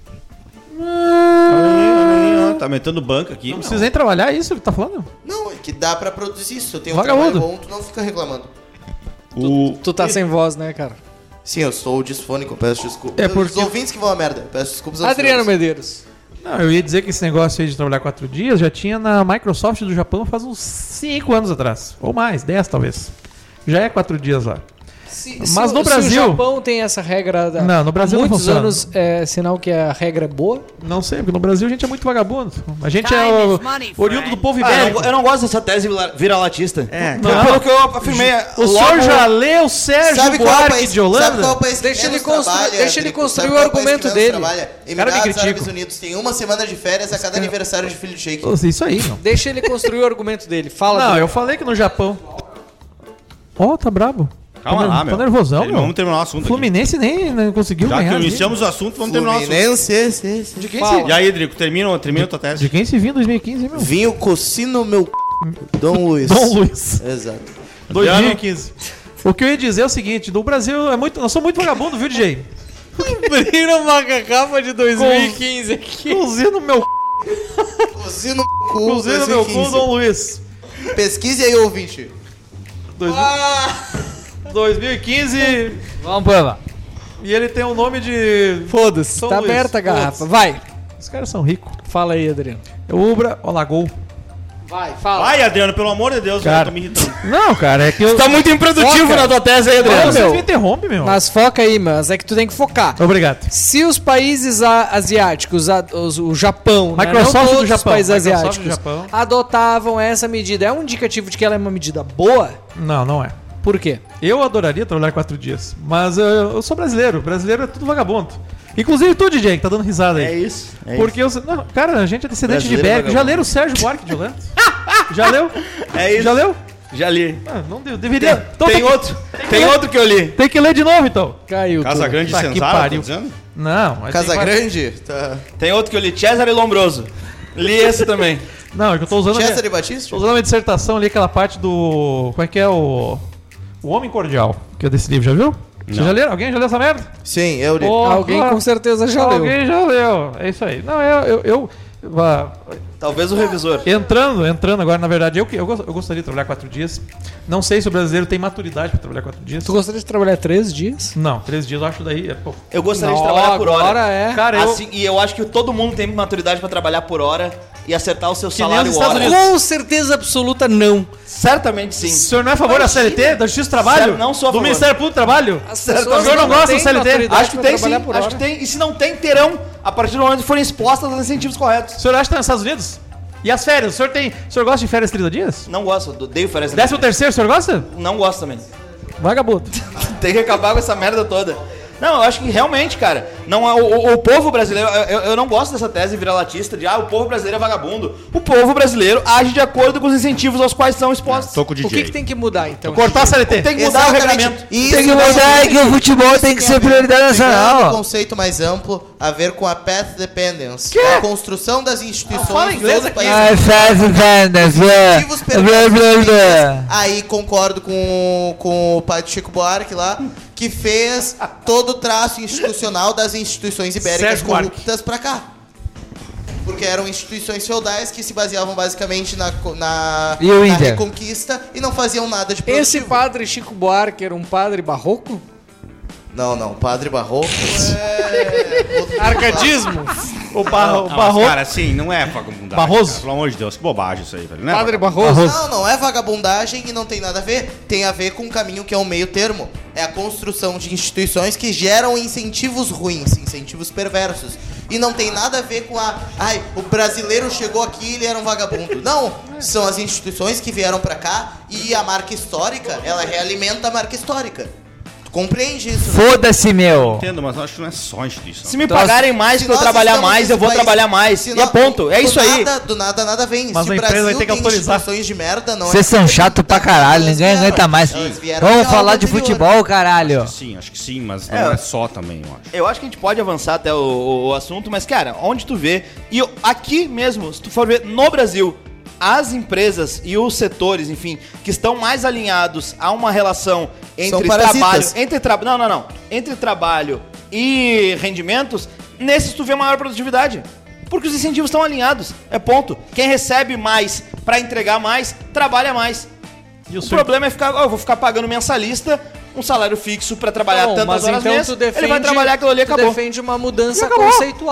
Ah, tá metendo banca aqui. Não meu. precisa nem trabalhar, é isso que tá falando? Não, é que dá pra produzir isso. Eu tenho um Vagabundo. trabalho bom, tu não fica reclamando. O... Tu tá sem voz, né, cara? Sim, eu sou disfônico, peço desculpas. É porque- Os ouvintes que vão a merda, peço desculpas aos Adriano senhores. Medeiros. Não, eu ia dizer que esse negócio aí de trabalhar quatro dias já tinha na Microsoft do Japão faz uns cinco anos atrás. Ou mais, dez talvez. Já é quatro dias lá. Se, Mas se, no se Brasil... o Japão tem essa regra da, não, no Brasil há não muitos funciona. anos, é sinal que a regra é boa? Não sei, porque no Brasil a gente é muito vagabundo. A gente é o oriundo do povo Ah, eu, ibérico. não, eu não gosto dessa tese vira-latista. É, Não. Pelo que eu afirmei. O senhor já leu Sérgio Sabe qual é o Buarque país, de Holanda? sabe qual é o país que Deixa menos ele construir- trabalha, deixa ele Drico? construir Sabe o qual é país argumento que menos dele. trabalha? Cara que Emirados critica. Árabes Unidos tem uma semana de férias a cada aniversário de filho de Sheik. Isso aí, não. Deixa ele construir o argumento dele. Fala. Não, dele. eu falei que no Japão... Ó, tá brabo. Calma tá, lá, tá meu. nervosão, Ele- meu. Vamos terminar o assunto aqui. Fluminense nem, nem conseguiu Já ganhar. que ali. iniciamos o assunto, vamos terminar o assunto. Fluminense, sim, sim. De quem, Fala. se, E aí, Drico, termina, termina a tua tese. de quem se viu em dois mil e quinze, hein, meu? Vinho cocino meu c... Dom Luiz. Dom Luiz. Exato. dois mil e quinze. O que eu ia dizer é o seguinte, no Brasil é muito, nós somos muito vagabundo, viu, D J? Abriram uma garrafa de dois mil e quinze aqui. Cozinho meu Cocino cu, cozinho meu cu, dois mil e quinze. Dom Luiz. Pesquise aí, ouvinte. Dois- dois mil e quinze Vamos provar. e ele tem o nome de... Foda-se. São Tá Luís, aberta a garrafa. foda-se. Vai. Os caras são ricos. Fala aí, Adriano. É o Ubra, ó, Lagol. Vai, fala. Vai, Adriano, pelo amor de Deus, Cara. eu tô me irritando. Não, cara, é que eu... Tá muito improdutivo Foca. na tua tese aí, Não, Adriano. você meu. me interrompe, meu. Mas foca aí, mas é que tu tem que focar. Obrigado. Se os países a- asiáticos, a- os- o Japão, né, Microsoft não do todos os Japão, países Microsoft do asiáticos, Japão. adotavam essa medida, é um indicativo de que ela é uma medida boa? Não, não é. Por quê? Eu adoraria trabalhar quatro dias, mas uh, eu sou brasileiro. Brasileiro é tudo vagabundo. Inclusive tu, D J, que tá dando risada aí. É isso. É Porque eu, não, cara, a gente é descendente Brasileiro de é ibérico. Já vagabundo. leram o Sérgio Buarque de Holanda? Já leu? É isso. Já leu? Já li. Ah, não deu. Deveria. Tem, Então tem que- outro. Tem outro que eu li. Tem que ler de novo, então. Caiu. Casa tudo. Grande Tá e que Senzala, tá pariu. dizendo? Não, mas Casa tem vai- Grande? Tá. Tem outro que eu li. Cesare Lombroso. Li esse também. Não, é que eu tô usando. a minha- Chester e Batista? Tô usando a minha dissertação ali, aquela parte do. Como é que é o. O Homem Cordial, que é desse livro, já viu? Você já leu? Alguém já leu essa merda? Sim, eu li. Porra. Alguém com certeza já leu. Alguém já leu. É isso aí. Não, eu. eu, eu- vá- Talvez o revisor. entrando, entrando agora, na verdade, eu, que- eu, gos- eu gostaria de trabalhar quatro dias. Não sei se o brasileiro tem maturidade pra trabalhar quatro dias. Tu gostaria de trabalhar três dias? Não, três dias eu acho daí. É, pô. Eu gostaria Não, de trabalhar por hora. agora é. Cara, eu. Assim, e eu acho que todo mundo tem maturidade pra trabalhar por hora e acertar o seu Que nem salário os Estados hora. Unidos. Com certeza absoluta, não. Certamente O sim. senhor não é a favor da C L T? Da Justiça do Trabalho? Sério, não sou a Do favor. Ministério Público do Trabalho? As O pessoas senhor não gosta têm do C L T? maturidade Acho que pra tem sim. trabalhar por Acho hora. que tem. E se não tem, terão a partir do momento que forem expostas aos incentivos corretos. O senhor acha que tá nos Estados Unidos? E as férias? O senhor tem. O senhor gosta de férias trinta dias? Não gosto. Odeio férias. Décimo terceiro, o senhor gosta? Não gosto também. Vagabundo. Tem que acabar com essa merda toda. Não, eu acho que realmente, cara, não é o, o- o povo brasileiro, eu, eu não gosto dessa tese vira-latista de ah, o povo brasileiro é vagabundo. O povo brasileiro age de acordo com os incentivos aos quais são expostos. Tô com o D J. O que, que tem que mudar, então? Cortar a C L T. Tem que mudar o regulamento. Isso Tem que não mudar que o futebol tem que ser prioridade Um nacional. conceito mais amplo a ver com a path dependence. A construção das instituições fala inglês dos aqui. países. Ai, faz vendas, Motivos blá, blá, blá, blá. perversos. Aí concordo com, com o pai de Chico Buarque lá, que fez todo o traço institucional das instituições ibéricas Sérgio Buarque. corruptas pra cá. Porque eram instituições feudais que se baseavam basicamente na, co- na, E o na Inter? reconquista e não faziam nada de Esse produtivo. padre Chico Buarque era um padre barroco? Não, não, Padre Barroco é... outro- Arcadismo? O Barro. Não, Barro. mas, cara, assim, não é vagabundagem. Barroso? cara. Pelo amor de Deus, que bobagem isso aí, velho. Não é Padre vagabundagem. Barroso? Não, não é vagabundagem e não tem nada a ver. Tem a ver com um caminho que é um meio termo. É a construção de instituições que geram incentivos ruins, incentivos perversos. E não tem nada a ver com a... Ai, o brasileiro chegou aqui e ele era um vagabundo. Não, são as instituições que vieram pra cá e a marca histórica, ela realimenta a marca histórica. Tu compreende isso, né? Foda-se, meu. Entendo, mas eu acho que não é só instituição. Se me pagarem mais Se pra eu nós trabalhar estamos mais, nesse eu vou país- trabalhar mais. se E é nós- ponto. É do isso aí. nada, do nada, nada vem. Mas Se a o empresa Brasil vai ter que tem autorizar. instituições de merda, não Vocês é são chato pra caralho, ninguém Elas aguenta vieram- mais. elas vieram Vamos de falar algo de anterior. futebol, caralho. Sim, acho que sim, mas não É. é só também, eu acho. Eu acho que a gente pode avançar até o, o- o assunto, mas, cara, onde tu vê. E eu- aqui mesmo, se tu for ver no Brasil, as empresas e os setores, enfim, que estão mais alinhados a uma relação entre parasitas. trabalho. Entre tra... Não, não, não. Entre trabalho e rendimentos, nesses tu vê maior produtividade. Porque os incentivos estão alinhados. É ponto. Quem recebe mais pra entregar mais, trabalha mais. E o O senhor- problema é ficar, ó, eu vou ficar pagando mensalista um salário fixo pra trabalhar Não, tantas mas horas então mês. tu defende, Ele vai trabalhar aquilo ali e tu acabou. defende uma mudança E acabou. conceitual.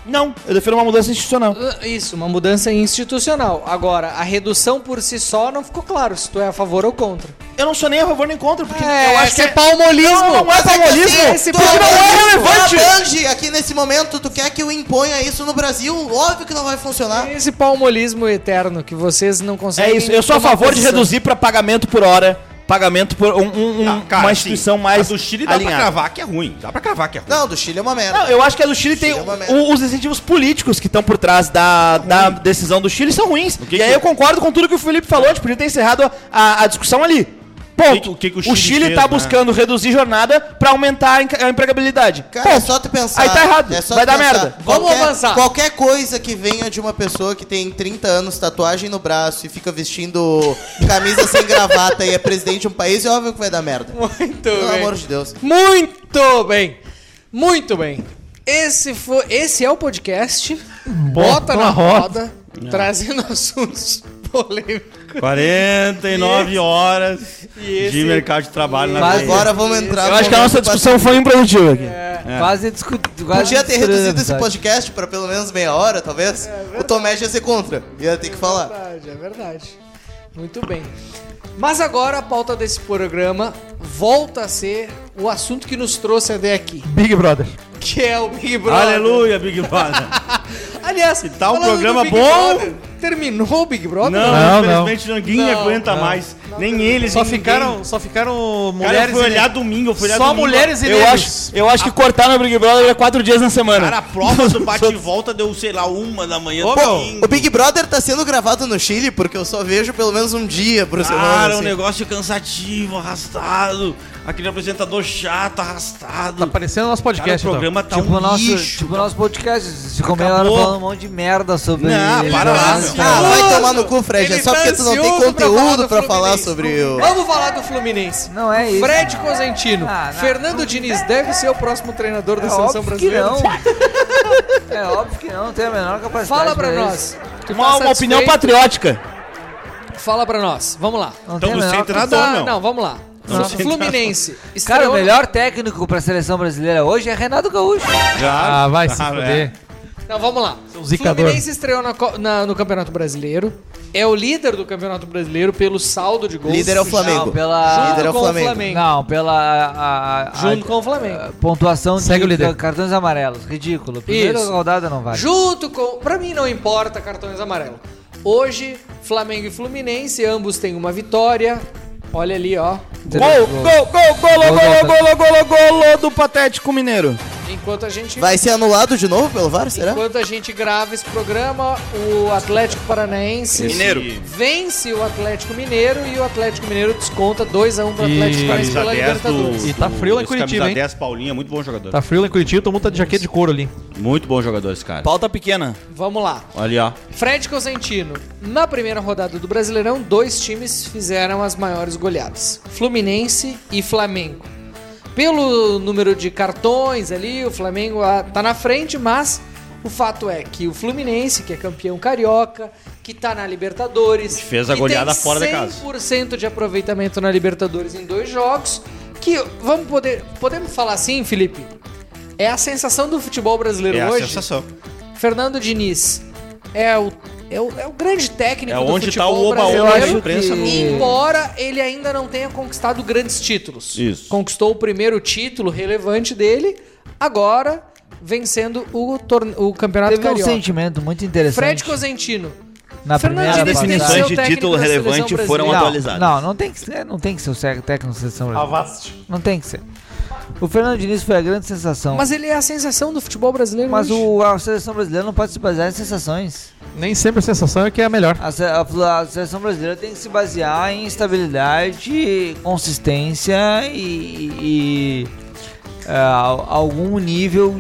Não, eu defendo uma mudança institucional. Uh, Isso, uma mudança institucional. Agora, a redução por si só não ficou claro se tu é a favor ou contra. Eu não sou nem a favor nem contra, porque É, eu acho que esse é palmolismo. Não, não é Mas é que palmolismo. assim, esse tu porque não não é é relevante. relevante aqui nesse momento, tu quer que eu imponha isso no Brasil? Óbvio que não vai funcionar. Esse palmolismo eterno que vocês não É conseguem... isso, eu sou a tomar favor de posição. reduzir pra pagamento por hora, pagamento por um, um- um- Ah, cara, uma assim, instituição mais a do Chile dá alinhada. pra cravar que é ruim. Dá pra cravar que é ruim. Não, do Chile é uma merda. Não, eu acho que a do Chile tem Chile é uma merda. o- os incentivos políticos que estão por trás da, da decisão do Chile são ruins. que e aí que- eu concordo com tudo que o Felipe falou, a gente podia ter encerrado a, a- a discussão ali. Ponto. O que que o o Chile Chile fez, tá né? buscando reduzir jornada pra aumentar a enca- a empregabilidade. Cara, é Ponto. só tu pensar. Aí tá errado, é só vai tu dar pensar. merda. Vamos Qualquer- avançar. Qualquer coisa que venha de uma pessoa que tem trinta anos, tatuagem no braço e fica vestindo camisa sem gravata e é presidente de um país, é óbvio que vai dar merda. Muito Pelo bem. amor de Deus. Muito bem. Muito bem. Esse, foi, esse é o podcast Bota na na Roda, trazendo assuntos polêmicos. quarenta e nove horas E esse- de mercado de trabalho na Mas veia. Agora vamos entrar Eu no acho que a momento nossa discussão foi improdutiva aqui. Quase discutiu. Podia ter reduzido esse podcast pra pelo menos meia hora, talvez. o Tomé ia ser contra. Ia ter que falar. É verdade, é verdade. Muito bem. Mas agora a pauta desse programa volta a ser o assunto que nos trouxe até aqui, Big Brother. que é o Big Brother. Aleluia, Big Brother. Aliás, tá um falando do programa Big bom. Brother, terminou o Big Brother? Não, Não, infelizmente ninguém Não, aguenta não. mais. Nem eles, Só nem ficaram, ninguém. só ficaram Cara, eu mulheres fui e olhar ne- domingo, eu fui olhar Só domingo. mulheres e Eu negros. acho, eu acho que cortar no Big Brother é quatro dias na semana. Cara, a prova do bate-volta deu, sei lá, uma da manhã Ô, do meu, domingo. O Big Brother tá sendo gravado no Chile porque eu só vejo pelo menos um dia por semana. Cara, um assim. negócio cansativo, arrastado. Aquele apresentador chato, arrastado. Tá parecendo nosso Cara, podcast, o programa tá Tipo um o nosso, lixo. tipo o nosso podcast. Você ficou meia hora Acabou. falando um monte de merda sobre. Não, ele, para lá, né? cara. Ah, vai tomar no cu, Fred. Ele É só tá porque tu não tem ansioso pra falar conteúdo do pra falar Fluminense. sobre o. Vamos falar do Fluminense. Não é isso. Fred Cosentino. Ah, não. Fernando Diniz deve ser o próximo treinador da É seleção óbvio que brasileira. não. É óbvio que não, não tem a menor capacidade. Fala pra isso. nós. Tu Uma, tá uma opinião satisfeito? patriótica. Fala pra nós. Vamos lá. Não tem a Estamos menor sem treinador, Tá, não. não, vamos lá. Não. Fluminense. Cara, estreou o melhor técnico pra seleção brasileira hoje é Renato Gaúcho. Ah, vai se Ah, fuder. Então vamos lá. Seu zicador. Fluminense estreou na co- na- no Campeonato Brasileiro. É o líder do Campeonato Brasileiro pelo saldo de gols. Líder é o Flamengo. Não, pela. Junto Líder é o com Flamengo. o Flamengo. Não, pela. A, a- Junto a- com o Flamengo. a pontuação Segue o de líder. ca- cartões amarelos. Ridículo. Primeira Isso. rodada não vale. Junto com. Pra mim não importa cartões amarelos. Hoje, Flamengo e Fluminense, ambos têm uma vitória. Olha ali, ó. Gol, gol, gol, gol, gol, gol, gol, gol, gol do Patético Mineiro. Enquanto a gente. Vai ser anulado de novo pelo V A R, será? Enquanto a gente grava esse programa, o Atlético Paranaense Mineiro. vence o Atlético Mineiro e o Atlético Mineiro desconta dois a um pro E- Atlético Paranaense Camisa pela dez Libertadores. do- E tá do- frio lá em esse Curitiba, camisa hein? dez, Paulinha, muito bom jogador. Tá frio lá em Curitiba, todo mundo tá de jaqueta de couro ali. Muito bom jogador esse cara. Pauta pequena. Vamos lá. Olha ali, ó. Fred Cosentino. Na primeira rodada do Brasileirão, dois times fizeram as maiores goleadas: Fluminense e Flamengo. Pelo número de cartões ali, o Flamengo ah, tá na frente, mas o fato é que o Fluminense, que é campeão carioca, que tá na Libertadores, Fez a que goleada tem fora da casa. cem por cento de aproveitamento na Libertadores em dois jogos, que vamos poder, podemos falar assim, Felipe? É a sensação do futebol brasileiro É a hoje. sensação. Fernando Diniz é o, é o, é o grande técnico É do onde tá futebol o oba-oba Eu da brasileiro. acho imprensa. que- Embora ele ainda não tenha conquistado grandes títulos. Isso. Conquistou o primeiro título relevante dele, agora vencendo o, torne... o Campeonato Teve um Carioca. sentimento muito interessante. Fred Cosentino. Na Fernando primeira Diniz tem que passagem. ser o Definições de técnico título da seleção relevante foram brasileira. atualizadas. Não, não tem que ser, não tem que ser o sé- técnico da seleção brasileira. Avaste. Não tem que ser. O Fernando Diniz foi a grande sensação. Mas ele é a sensação do futebol brasileiro Mas hoje. o, a seleção brasileira não pode se basear em sensações. Nem sempre a sensação é que é a melhor. A, se- a- a seleção brasileira tem que se basear em estabilidade, consistência e, e, é, al- algum nível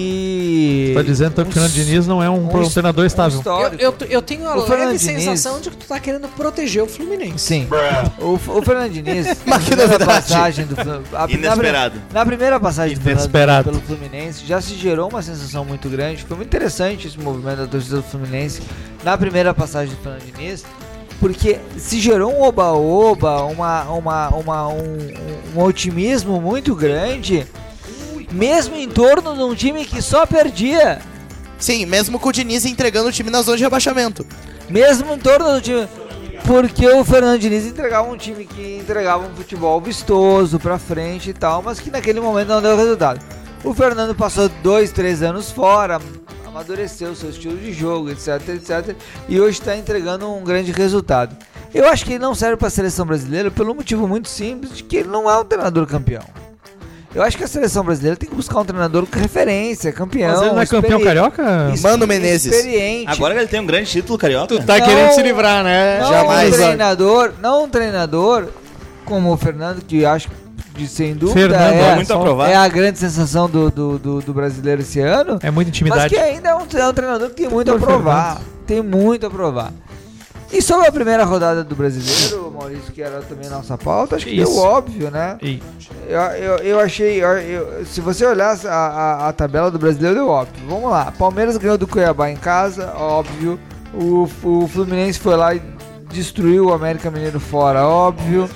de. Tá dizendo então que o Fernando Diniz não é um, um his- treinador estável. histórico. Eu, eu, eu tenho a O Fernando leve Diniz- sensação de que tu tá querendo proteger o Fluminense. Sim. O, o Fernando Diniz, Mas que na primeira novidade. passagem do Flu- a- Inesperado. Na, na primeira passagem do Fernando Inesperado. pelo Fluminense, já se gerou uma sensação muito grande. Foi muito interessante esse movimento da torcida do Fluminense na primeira passagem do Fernando Diniz, porque se gerou um oba-oba, uma, uma, uma, um, um otimismo muito grande, mesmo em torno de um time que só perdia. Sim, mesmo com o Diniz entregando o time na zona de rebaixamento. Mesmo em torno do time. Porque o Fernando Diniz entregava um time que entregava um futebol vistoso pra frente e tal, mas que naquele momento não deu resultado. O Fernando passou dois, três anos fora, amadureceu o seu estilo de jogo, etc, etcétera. E hoje está entregando um grande resultado. Eu acho que ele não serve para a seleção brasileira pelo motivo muito simples de que ele não é um treinador campeão. Eu acho que a seleção brasileira tem que buscar um treinador com referência, campeão. Mas ele não é campeão carioca? Mano Menezes. Experiente. Agora ele tem um grande título carioca. Tu tá Não, querendo se livrar, né? Não Jamais. um treinador, não um treinador como o Fernando, que acho que sem dúvida Fernando, é, muito aprovado. é a grande sensação do, do, do, do brasileiro esse ano. É muita Mas intimidade. que ainda é um, é um treinador que tem muito a Doutor provar. Fernando. Tem muito a provar. E sobre a primeira rodada do brasileiro, Maurício, que era também nossa pauta, acho que Isso. deu óbvio, né? E- Eu, eu, eu achei. eu- eu- se você olhar a, a, a tabela do brasileiro, deu óbvio. Vamos lá. Palmeiras ganhou do Cuiabá em casa, óbvio. O, o Fluminense foi lá e destruiu o América Mineiro fora, óbvio.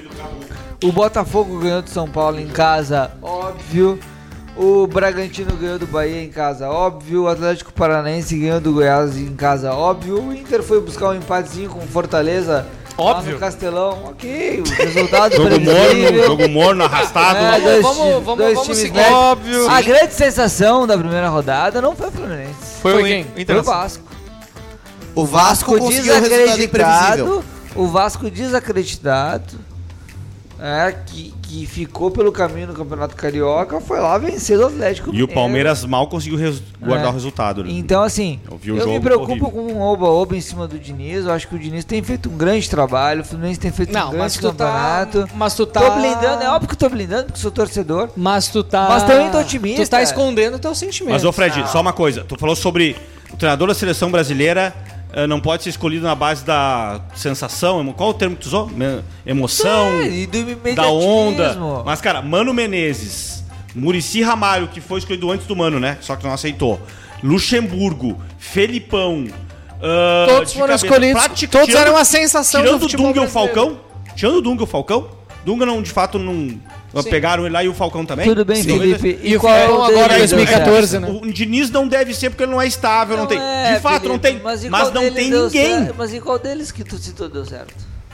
O Botafogo ganhou do São Paulo em casa, óbvio. O Bragantino ganhou do Bahia em casa, óbvio. O Atlético Paranaense ganhou do Goiás em casa, óbvio. O Inter foi buscar um empatezinho com Fortaleza. Óbvio. Lá no Castelão, ok. O resultado Jogo morno, previsível. jogo morno, arrastado. É, dois, Vamos- ti- vamos- dois vamos times seguir. médios. Óbvio. A grande sensação da primeira rodada não foi o Fluminense. Foi, Foi o quem? In- Foi o Internacional. Vasco. O Vasco conseguiu o resultado imprevisível. desacreditado. O Vasco desacreditado. É, que, que ficou pelo caminho no Campeonato Carioca, foi lá vencer o Atlético E o Mineiro. Palmeiras mal conseguiu res- guardar É. o resultado. Né? Então, assim, Eu eu, vi o me jogo preocupo horrível. com um oba-oba em cima do Diniz. Eu acho que o Diniz tem feito um grande trabalho. O Fluminense tem feito um Não, mas grande tu tá... campeonato. Mas tu tá... Tô blindando, é óbvio que eu tô blindando, porque sou torcedor. Mas tu tá... Mas também tô otimista. Tu tá escondendo o teu sentimento. Mas, ô Fred, só uma coisa. Tu falou sobre o treinador da seleção brasileira eh, não pode ser escolhido na base da sensação. emo- Qual o termo que tu usou? Me- Emoção, É, e do da onda. imediatismo. Mas, cara, Mano Menezes, Muricy Ramalho, que foi escolhido antes do Mano, né? Só que não aceitou. Luxemburgo, Felipão. ah, Todos de foram cabeça, escolhidos. pratic- Todos tirando- eram a sensação Tirando do o futebol Dunga e o brasileiro. Falcão. Tirando o Dunga e o Falcão. Dunga não, de fato, não. Pegaram ele lá e o Falcão também. Tudo bem, Sim. Felipe. E o qual Filipão deles agora em deu dois mil e quatorze, certo? né? O Diniz não deve ser porque ele não é estável, não, Não tem. é, de fato, Felipe, não tem. Mas, e Mas qual não deles tem deu ninguém. certo? Mas e qual deles que tu citou deu certo?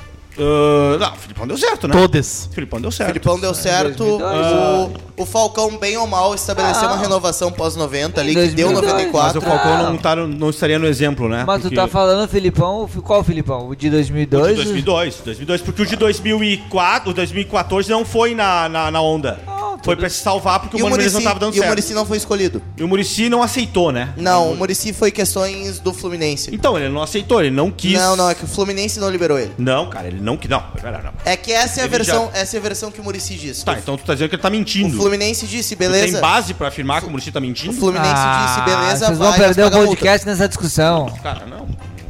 Ah, não, o Filipão deu certo, né? Todos. O Filipão deu certo. Filipão deu certo. dois mil e dois, O, o Falcão, bem ou mal, estabeleceu Ah. uma renovação pós noventa ali, Em que deu dois mil e dois. noventa e Mas o quatro. Falcão Ah. não, tá, não estaria no exemplo, né? Mas tu Porque tá falando, Filipão, qual o Filipão? O de dois mil e o dois? de dois mil e dois, dois mil e dois, porque o de dois mil e quatro, o dois mil e quatorze não foi na, na, na onda. Foi pra se salvar porque E o o Mano Menezes não Muricy tava dando e o certo. Muricy não foi escolhido. E o Muricy não aceitou, né? Não, o Muricy foi questões do Fluminense. Então, ele não aceitou, ele não quis. Não, não, é que o Fluminense não liberou ele. Não, cara, ele não quis. Não, pera, não. É que essa é a Ele versão, já- essa é a versão que o Muricy disse. Tá, O- então tu tá dizendo que ele tá o mentindo. Fluminense disse, Tu beleza. tem base pra afirmar que o Muricy tá O mentindo? Fluminense disse, beleza, Ah, Vocês vão vai, perder mas o paga a multa. podcast nessa discussão. Cara, não.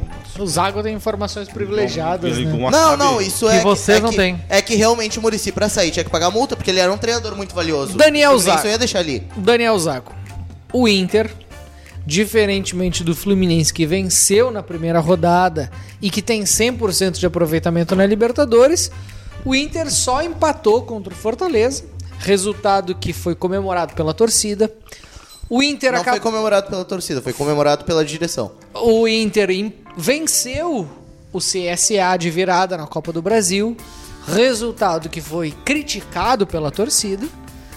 O Zago tem informações privilegiadas, Ele- né? uma Não, sabe- não, isso Que é vocês é não que, têm. É que realmente o Muricy, pra sair, tinha que pagar a multa, porque ele era um treinador muito valioso. Daniel O Fluminense Zago. eu ia deixar ali. Daniel Zago. O Inter, diferentemente do Fluminense, que venceu na primeira rodada e que tem cem por cento de aproveitamento na Libertadores, o Inter só empatou contra o Fortaleza, resultado que foi comemorado pela torcida. O Inter Não acaba... foi comemorado pela torcida, foi comemorado pela direção. O Inter im- venceu o C S A de virada na Copa do Brasil, resultado que foi criticado pela torcida.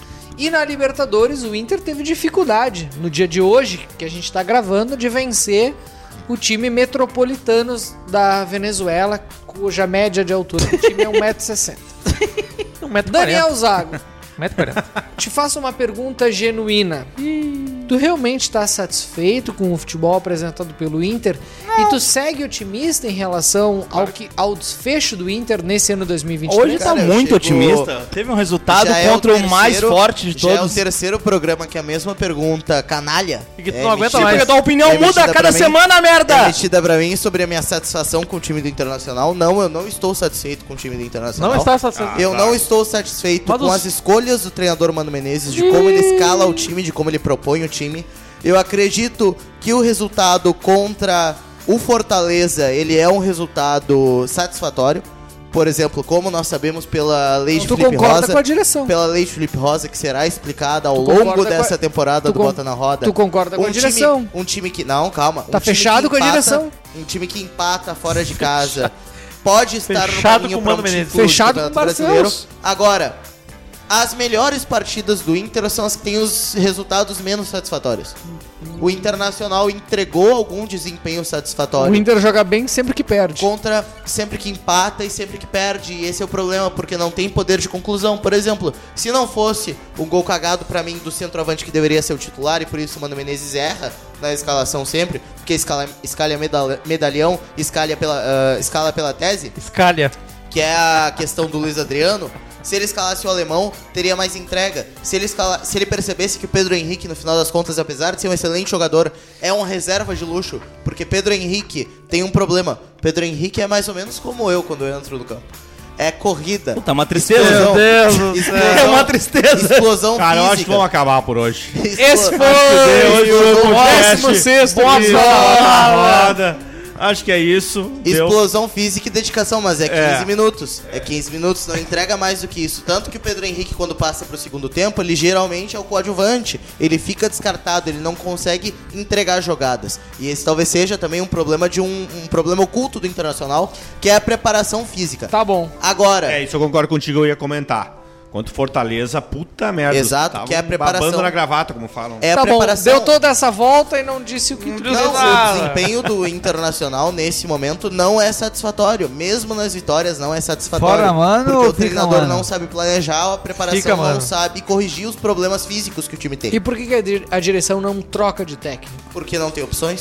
E na Libertadores o Inter teve dificuldade no dia de hoje, que a gente está gravando, de vencer o time Metropolitanos da Venezuela, cuja média de altura do time é um metro e sessenta. Um metro e Daniel quarenta. Zago, um metro e quarenta. te faço uma pergunta genuína. Tu realmente está satisfeito com o futebol apresentado pelo Inter? E tu segue otimista em relação ao, que, ao desfecho do Inter nesse ano dois mil e vinte e três? Hoje tá Cara, eu muito chego- otimista. Teve um resultado Já é contra o, terceiro- mais forte de Já é o todos. terceiro programa que a mesma pergunta canalha E que tu é não aguenta emitida- mais. Porque a tua opinião é muda emitida a cada pra mim- semana, merda! É emitida pra mim sobre a minha satisfação com o time do Internacional. Não, eu não estou satisfeito com o time do Internacional. Não está satisfeito. Eu não estou satisfeito Mas com os- as escolhas do treinador Mano Menezes, de como ele escala o time, de como ele propõe o time. Eu acredito que o resultado contra o Fortaleza, ele é um resultado satisfatório. Por exemplo, como nós sabemos pela lei de Então, tu Felipe concorda Rosa, com a direção. pela lei de Felipe Rosa, que será explicada ao Tu longo concorda dessa com a- temporada tu do con- Bota na Roda. tu concorda com a time- direção. Um time que... Não, calma. Tá um time fechado que com a empata- direção. Um time que empata fora de casa. Pode estar Fechado no caminho com o para um Mano Menezes. título do Fechado com o Campeonato Brasileiro. Barcelos. Agora, as melhores partidas do Inter são as que têm os resultados menos satisfatórios. O Internacional entregou algum desempenho satisfatório. O Inter joga bem sempre que perde. Contra sempre que empata e sempre que perde. E esse é o problema, porque não tem poder de conclusão. Por exemplo, se não fosse um gol cagado pra mim do centroavante que deveria ser o titular, e por isso o Mano Menezes erra na escalação sempre, porque escala, escalha medalha, medalhão, escalha pela, ah, escala pela tese, Escalha. que é a questão do Luiz Adriano. Se ele escalasse o alemão, teria mais entrega. Se ele, escala... Se ele percebesse que o Pedro Henrique, no final das contas, apesar de ser um excelente jogador, é um reserva de luxo. Porque Pedro Henrique tem um problema. Pedro Henrique é mais ou menos como eu quando eu entro no campo. É corrida. Puta, uma tristeza. Explosão. Meu Deus do Explosão. É uma tristeza. Explosão Cara, eu acho que física. vamos acabar por hoje. Explo- Esse foi Deus, o décimo sexto Boa episódio. roda. Acho que é isso. Deu. Explosão física e dedicação, mas é quinze É. minutos. É quinze minutos, não entrega mais do que isso. Tanto que o Pedro Henrique, quando passa pro segundo tempo, ele geralmente é o coadjuvante. Ele fica descartado, ele não consegue entregar jogadas. E esse talvez seja também um problema de um, um problema oculto do Internacional, que é a preparação física. Tá bom. Agora, É, isso eu concordo contigo, eu ia comentar. Quanto Fortaleza, puta merda. Exato, Tavam que é a preparação. babando na gravata, como falam. é a tá bom. preparação. Deu toda essa volta e não disse o que tu Não, queria o dizer. desempenho do Internacional nesse momento não é satisfatório. Mesmo nas vitórias não é satisfatório. Fora, mano, porque ou o fica, treinador mano? não sabe planejar, a preparação Fica, não mano. sabe corrigir os problemas físicos que o time tem. E por que, que a di- a direção não troca de técnico? Porque não tem opções.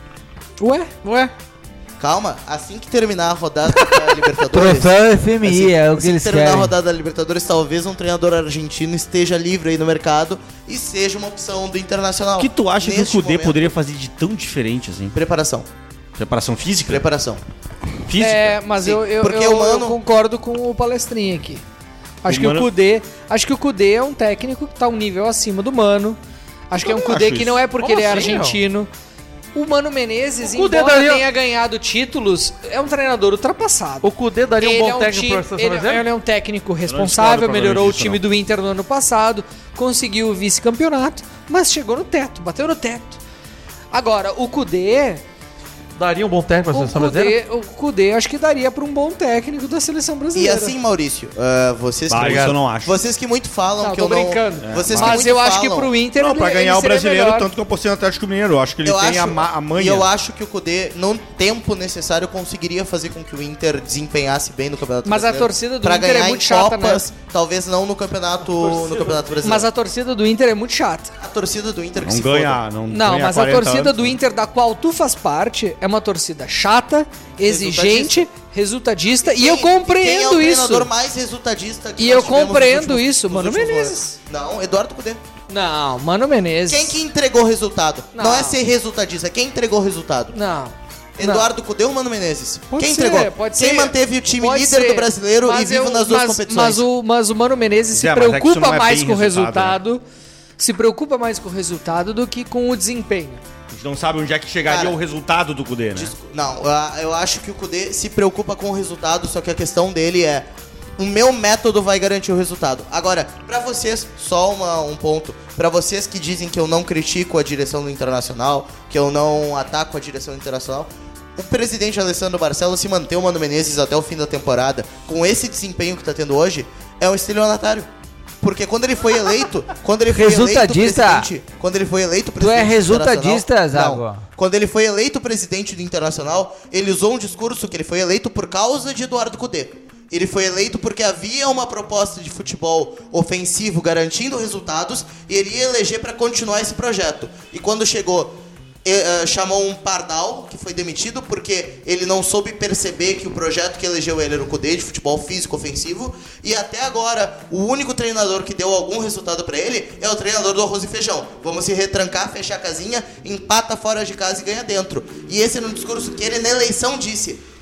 Ué? Ué? Calma, assim que terminar a rodada da Libertadores... Troféu F M I, assim, é o assim que eles terminar querem. a rodada da Libertadores, talvez um treinador argentino esteja livre aí no mercado e seja uma opção do Internacional. O que tu acha que o Neste Kudê momento, poderia fazer de tão diferente assim? Preparação. Preparação física? Preparação. Física? É, mas Sim, eu, eu, porque eu, o Mano- eu concordo com o palestrinha aqui. Acho O que Mano- o Kudê, acho que o Kudê é um técnico que tá um nível acima do Mano. Acho que é um também Kudê acho que isso. não é porque Como ele é assim, argentino. O Mano Menezes, O Kudê embora daria- tenha ganhado títulos, é um treinador ultrapassado. O Kudê daria um Ele bom é um técnico ti- para a seleção ele, brasileira? ele é um técnico discordo responsável, melhorou o disso, time não. do Inter no ano passado, conseguiu o vice-campeonato, mas chegou no teto, bateu no teto. Agora, o Kudê, Daria um bom técnico para a o seleção brasileira? Kudê, o Kudê acho que daria para um bom técnico da seleção E brasileira. assim, Maurício, ah, vocês, Bah, que, isso eu não acho. vocês que muito falam Não, que tô eu não... brincando. Vocês que Mas muito eu acho que falam- pro Inter Não, ele- pra ganhar ele o seria brasileiro, melhor. tanto que eu postei no Atlético Mineiro. Eu acho que ele eu tem acho, a, ma a manha. E eu acho que o Kudê, no tempo necessário, conseguiria fazer com que o Inter desempenhasse bem no Campeonato Mas a Brasileiro. torcida do pra Inter é ganhar muito em chata, Copas, talvez não no Campeonato, no campeonato Brasileiro. Mas a torcida do Inter é muito chata. A torcida do Inter que Não se ganha, não Não, ganha mas a quarenta torcida anos, do né? Inter, da qual tu faz parte, é uma torcida chata, exigente, resultadista, e eu Quem- quem é o compreendo isso. treinador mais resultadista que E nós eu tivemos nos compreendo últimos- isso, nos Mano últimos Menezes. anos? Não, Eduardo Kudê. Não, Mano Menezes. Quem que entregou o resultado? Não, Não. é ser resultadista, quem entregou o resultado? Não. Eduardo Kudê ou Mano Menezes? Pode Quem ser, entregou? pode Quem ser. manteve o time Pode líder ser. do brasileiro Mas e vivo eu- nas duas mas, competições? Mas o, mas o Mano Menezes se É, mas é que isso preocupa não é mais bem com o resultado, resultado. Se preocupa mais com o resultado do que com o desempenho. A gente não sabe onde é que chegaria Cara, o resultado do Kudê, né? Desco- Não, eu- eu acho que o Kudê se preocupa com o resultado, só que a questão dele é: o meu método vai garantir o resultado. Agora, pra vocês, só uma, um ponto. Pra vocês que dizem que eu não critico a direção do Internacional, que eu não ataco a direção do Internacional, o presidente Alessandro Barcelos, se manter o Mano Menezes até o fim da temporada, com esse desempenho que tá tendo hoje, é um estelionatário. Porque quando ele foi eleito, quando ele foi eleito Resultadista. presidente, quando ele foi eleito Tu é presidente do resultadista, Internacional- Zago? Não. Quando ele foi eleito presidente do Internacional, ele usou um discurso que ele foi eleito por causa de Eduardo Kudê. Ele foi eleito porque havia uma proposta de futebol ofensivo garantindo resultados e ele ia eleger para continuar esse projeto. E quando chegou, eh, eh, chamou um pardal que foi demitido porque ele não soube perceber que o projeto que elegeu ele era o Kudê, de futebol físico ofensivo. E até agora, o único treinador que deu algum resultado para ele é o treinador do arroz e feijão. Vamos se retrancar, fechar a casinha, empata fora de casa e ganha dentro. E esse era um discurso que ele na eleição disse: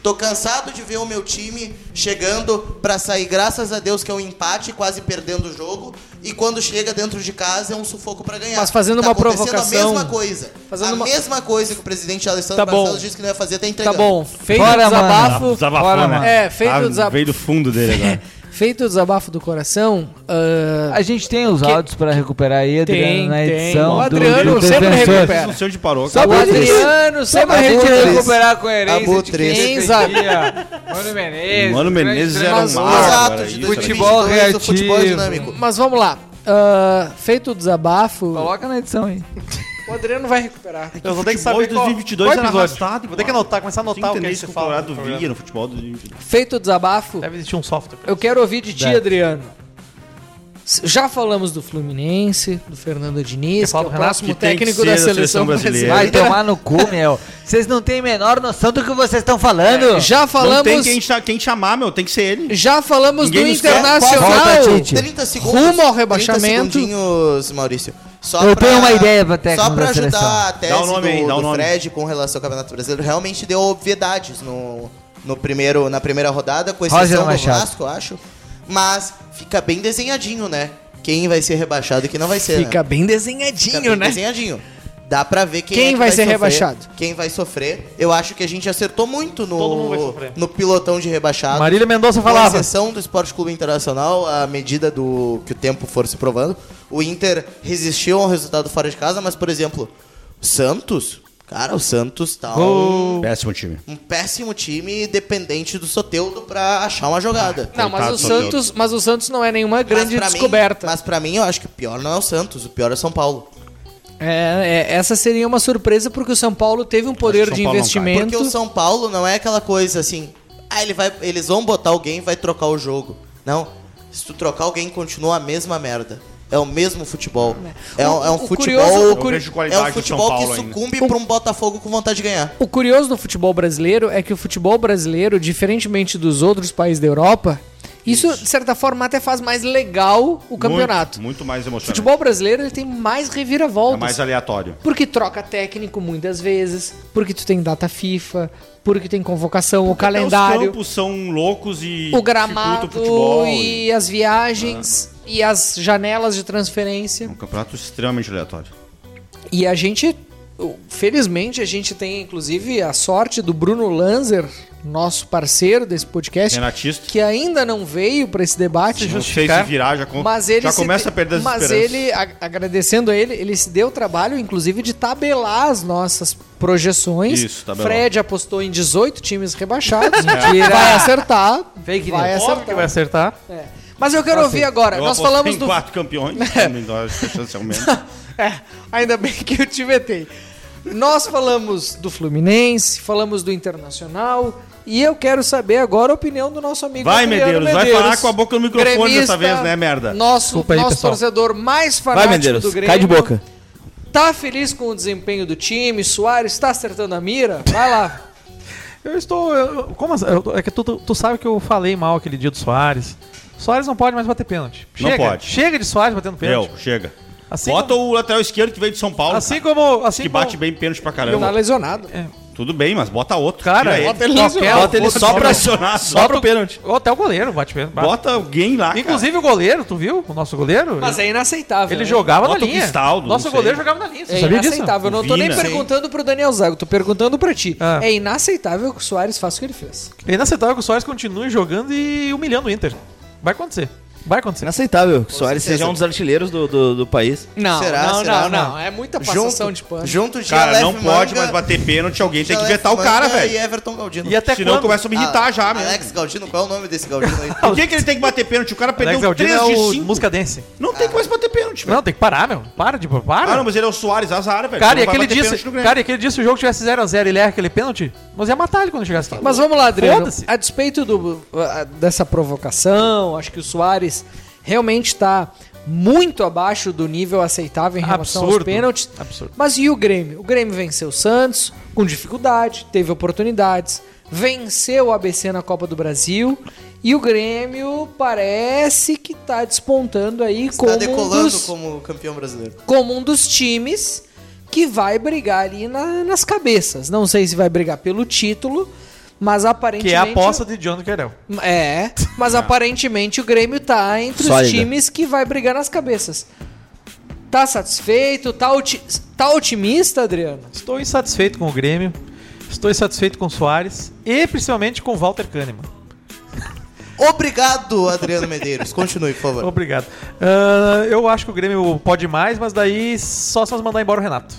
Tô cansado de ver o meu time chegando pra sair, graças a Deus, que é um empate, quase perdendo o jogo. E quando chega dentro de casa é um sufoco pra ganhar. Mas fazendo tá uma acontecendo provocação- a mesma coisa. Fazendo a uma- mesma coisa que o presidente Alessandro Tá bom. Barcelos disse que não ia fazer, tá Tá entregando. bom, feito Fora, o desabafo. Desabafou, Bora, né? mano. É, feito Ah, o desabafo. Veio do fundo dele agora. Feito o desabafo do coração, ah, A gente tem os Que- áudios pra recuperar aí, Adriano, Tem, na tem. edição O do- Adriano do sempre Defensor. recupera. Não sei onde parou. Só cara. pra Abutres. Adriano, só pra Abutres. gente recuperar a coerência Abutres. de quem Exato. defendia. Mano Menezes. Mano Menezes grande era um Mas- mar. Exato, agora, de isso, Futebol dois mil e vinte e dois, o futebol reativo. dinâmico. mas vamos lá. Ah, feito o desabafo, Coloca na edição aí. o Adriano vai recuperar. Eu vou ter que futebol saber de dois mil e vinte e dois qual era episódio. arrastado, Vou ter que igual. anotar, começar a anotar o que, Entender é que isso você que o Colorado fala. no programa. via no futebol do dois mil e vinte e dois. Feito o desabafo, Deve existir um software. eu quero ouvir de ti, Deve. Adriano. S- Já falamos do Fluminense, do Fernando Diniz, que Quer é falar o do Renato? próximo Que tem que técnico ser da da seleção seleção brasileira. brasileira. Vai tomar no cu, meu. Vocês não têm a menor noção do que vocês estão falando. Já Não falamos, tem quem, cha- quem chamar, meu. Tem que ser ele. já falamos Ninguém do nos quer. Internacional. Volta, Tite. trinta segundos. Rumo ao trinta rebaixamento. segundinhos, Maurício. Só Eu tenho uma ideia pra técnico Só pra da ajudar seleção. a tese Dá o nome do, aí, dá o do nome. Fred com relação ao Campeonato Brasileiro, realmente deu obviedades no, no primeiro, na primeira rodada, com Roger exceção do Machado. Vasco, eu acho. Mas fica bem desenhadinho, né? Quem vai ser rebaixado e quem não vai ser, Fica né? bem desenhadinho, Fica bem né? desenhadinho. Dá pra ver quem, Quem é que vai ser sofrer, rebaixado. Quem vai sofrer. Eu acho que a gente acertou muito Todo mundo vai no, sofrer. no pilotão de rebaixado. Marília Mendonça Com falava. exceção do Esporte Clube Internacional, à medida do que o tempo for se provando, o Inter resistiu a um resultado fora de casa, mas, por exemplo, o Santos, cara, o Santos tá um, Péssimo time. um péssimo time dependente do Soteldo pra achar uma jogada. Não, mas Coitado o do Soteldo. Santos, mas o Santos não é nenhuma grande Mas pra descoberta. Mim, mas pra mim, eu acho que o pior não é o Santos, o pior é São Paulo. É, é, essa seria uma surpresa porque o São Paulo teve um poder São de Paulo não cai. investimento. Porque o São Paulo não é aquela coisa assim, ah, ele vai, eles vão botar alguém e vai trocar o jogo. Não, se tu trocar alguém, continua a mesma merda. É o mesmo futebol. É, um- é um O- o futebol. curioso- o Eu curi- vejo É qualidade um do São futebol que Paulo ainda. sucumbe pra um Botafogo com vontade de ganhar. O curioso do futebol brasileiro é que o futebol brasileiro, diferentemente dos outros países da Europa, isso, de certa forma, até faz mais legal o campeonato. Muito, muito mais O emocionante. futebol brasileiro ele tem mais É reviravoltas. mais aleatório. Porque troca técnico muitas vezes, porque tu tem data FIFA, porque tem convocação, o Até calendário, Os campos são loucos e o gramado dificultam o futebol. e as viagens e as janelas de transferência. É um campeonato extremamente aleatório. E a gente, felizmente, a gente tem inclusive a sorte do Bruno Lanzer, nosso parceiro desse podcast, Renatista. que ainda não veio para esse debate, Não sei se virar, já, com, mas ele já se começa te- a perder as Mas esperanças. ele, a- agradecendo a ele, ele se deu o trabalho, inclusive, de tabelar as nossas projeções. Isso, tabelou. Fred apostou em dezoito times rebaixados. Mentira. Vai acertar. Fake vai news. acertar. Óbvio que vai acertar. É. Mas eu quero ouvir agora. Eu Nós apostei falamos em do. quatro campeões. Então, acho que a chance aumenta. É, ainda bem que eu te vetei. Nós falamos do Fluminense, falamos do Internacional. E eu quero saber agora a opinião do nosso amigo Vai, Adriano Medeiros, vai falar com a boca no microfone gremista, dessa vez, né, merda? Nosso, Desculpa aí, nosso pessoal. torcedor mais fanático Vai, Medeiros, do Grêmio. cai de boca. Tá feliz com o desempenho do time? Soares tá acertando a mira? Vai lá. Eu estou. eu- como assim? Eu- é que tu, tu, tu sabe que eu falei mal aquele dia do Soares. Soares não pode mais bater pênalti. Não Chega, pode. Chega de Soares batendo pênalti. Meu, chega. Assim Bota como, o lateral esquerdo que veio de São Paulo. assim cara, como. Assim que como, bate bem pênalti pra Tá caramba. lesionado. Tudo bem, mas bota outro. Cara, tira ele. bota ele qualquer- lesionado. Bota ele outro- só pra acionar, só pro pênalti. Ou até o goleiro bate pênalti. Bota alguém lá, Inclusive o goleiro, tu viu? O nosso goleiro? Mas é inaceitável. Ele né? jogava Bota na o linha. Cristaldo, Nosso não sei. goleiro jogava na linha. Você É sabia disso? inaceitável. Eu não tô nem Vina. perguntando pro Daniel Zago, tô perguntando pra ti. Ah. É inaceitável que o Soares faça o que ele fez. É inaceitável que o Soares continue jogando e humilhando o Inter. Vai acontecer. Vai acontecer. Inaceitável que o Soares certeza. seja um dos artilheiros do, do, do país. Não, Será? não, Será? não, não, Não. É muita passação de pano. junto de Cara, Aleph não pode Manga, mais bater pênalti, alguém tem que Aleph vetar o cara, Manga E velho. Everton Galdino. E até Senão quando? começa a me irritar já mesmo. Alex Galdino, qual é o nome desse Galdino aí? Por que, que ele tem que bater pênalti? O cara perdeu Alex Galdino três é de o cinco. música dance. Não tem que mais bater pênalti, velho. Não, tem que parar, meu. Para, tipo, para. Ah, não, mas ele é o Soares, azar, velho. Cara, e Não vai aquele bater dia, pênalti no Grêmio. cara, e aquele dia se o jogo tivesse zero a zero e ele erra aquele pênalti, nós ia matar ele quando chegasse aqui. Mas vamos lá, Adriano. Foda-se. A despeito do, a- dessa provocação, acho que o Soares realmente está muito abaixo do nível aceitável em relação aos Absurdo. pênaltis. Absurdo. Mas e o Grêmio? O Grêmio venceu o Santos com dificuldade, teve oportunidades, venceu o A B C na Copa do Brasil e o Grêmio parece que está despontando aí Está como um, decolando dos, como campeão brasileiro. como um dos times que vai brigar ali na- nas cabeças. Não sei se vai brigar pelo título, Mas aparentemente... Que é a aposta de John Querel. É, mas aparentemente o Grêmio tá entre Sólida. os times que vai brigar nas cabeças. Tá satisfeito? Tá, oti- tá otimista, Adriano? Estou insatisfeito com o Grêmio. Estou insatisfeito com o Soares. E principalmente com o Walter Kahneman. Obrigado, Adriano Medeiros. Continue, por favor. Obrigado. Ah, eu acho que o Grêmio pode mais, mas daí só se nós mandar embora o Renato.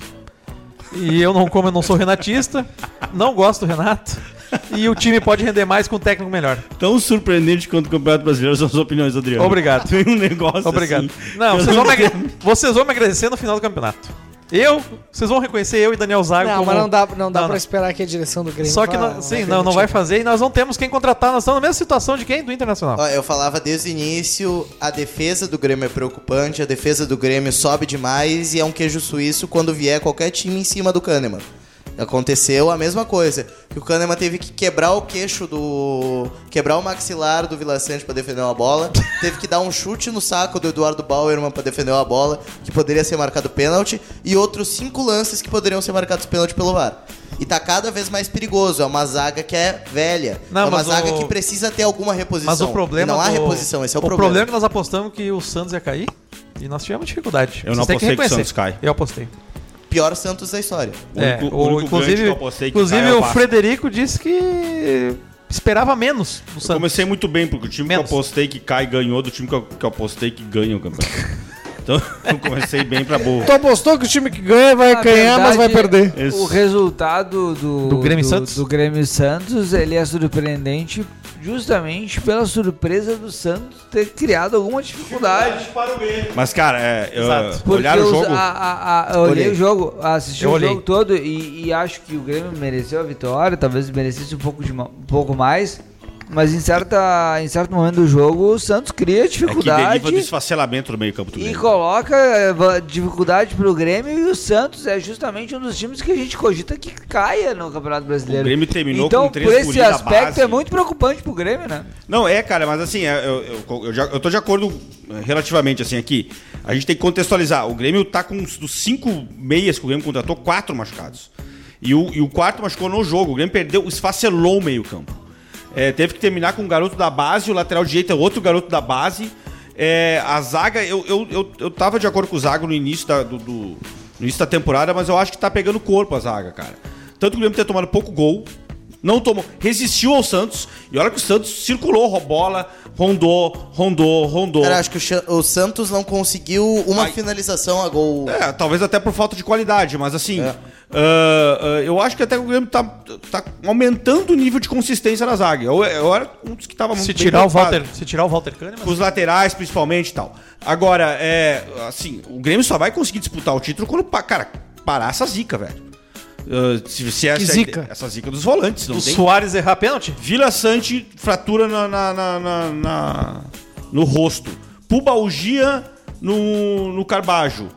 E eu não, como eu não sou renatista, não gosto do Renato. E o time pode render mais com um técnico melhor. Tão surpreendente quanto o Campeonato Brasileiro são as opiniões, Adriano. Obrigado. Tem um negócio Obrigado. assim. Não, Eu vocês vão, me sei. agra- vocês vão me agradecer no final do campeonato. Eu, vocês vão reconhecer eu e Daniel Zago Não, como... mas não dá, não dá Não, pra não. esperar que a direção do Grêmio Só que, vá- não, sim, vai não, não vai permitir. fazer e nós não temos quem contratar. Nós estamos na mesma situação de quem? Do Internacional. Ó, eu falava desde o início, a defesa do Grêmio é preocupante, a defesa do Grêmio sobe demais e é um queijo suíço quando vier qualquer time em cima do Kahneman. Aconteceu a mesma coisa, que o Kahneman teve que quebrar o queixo do... quebrar o maxilar do Vila Sante pra defender uma bola, teve que dar um chute no saco do Eduardo Bauerman pra defender uma bola, que poderia ser marcado pênalti, e outros cinco lances que poderiam ser marcados pênalti pelo V A R. E tá cada vez mais perigoso, é uma zaga que é velha, Não, é uma mas zaga o- que precisa ter alguma reposição. Mas o problema E não há do- reposição, esse é o, o problema. problema é que nós apostamos que o Santos ia cair e nós tivemos dificuldade. Eu não Vocês têm apostei que o reconhecer. Santos cai. Eu apostei. Pior Santos da história. O É, único- o- o único grande que inclusive eu apostei que inclusive cai é o o Vasco. Frederico disse que esperava menos do Eu Santos. comecei muito bem, porque o time Menos. que eu apostei que cai ganhou do time que eu, que eu apostei que ganha o campeonato. Então eu comecei bem pra burro. Tu apostou que o time que ganha vai Na ganhar, mas vai verdade, perder. Isso. O resultado do, Do Grêmio Santos? do Grêmio Santos, ele é surpreendente justamente pela surpresa do Santos ter criado alguma dificuldade. Mas, cara, é, eu, Exato. Porque olhar o os- jogo... a- a- a- eu olhei, Olhei. o jogo, assisti Eu o olhei. jogo todo e, e acho que o Grêmio mereceu a vitória, talvez merecesse um pouco, de, ma- um pouco mais, mas em, certa, em certo momento do jogo o Santos cria É que dificuldade deriva do esfacelamento no meio campo do e Grêmio. coloca eh, va- dificuldade pro Grêmio, e o Santos é justamente um dos times que a gente cogita que caia no Campeonato Brasileiro. O Grêmio terminou então, com três por esse guris da aspecto base. é muito preocupante pro Grêmio, né? Não, é, cara, mas assim, é, eu, eu, eu, já, eu tô de acordo eh, relativamente, assim, aqui. A gente tem que contextualizar. O Grêmio tá com os- dos cinco meias que o Grêmio contratou, quatro machucados. E o, e o quarto machucou no jogo. O Grêmio perdeu, esfacelou o meio campo. É, teve que terminar com um garoto da base, o lateral direito é outro garoto da base. É, a zaga, eu, eu, eu, eu tava de acordo com o Zago no início da, do, do- no início da temporada, mas eu acho que tá pegando corpo a zaga, cara. Tanto que o Grêmio ter tomado pouco gol, não tomou, resistiu ao Santos, e olha que o Santos circulou, roubou bola, rondou, rondou, rondou. Cara, acho que o, Cha- o Santos não conseguiu uma Ai. finalização a gol. É, talvez até por falta de qualidade, mas assim, É. ah, ah, eu acho que até o Grêmio tá, tá aumentando o nível de consistência na zaga. Eu, eu era um dos que tava Se bem tirar, o preocupado. Walter, se tirar o Walter Kahneman, Com os laterais, principalmente e tal. Agora, é. Assim, o Grêmio só vai conseguir disputar o título quando, pa- cara, parar essa zica, velho. Uh, se, se essa, Que zica? essa zica dos volantes, não o tem. Soares errar pênalti? Vila Sante, fratura na, na- na- na- na- no rosto. Pubalgia no, no Carbajo.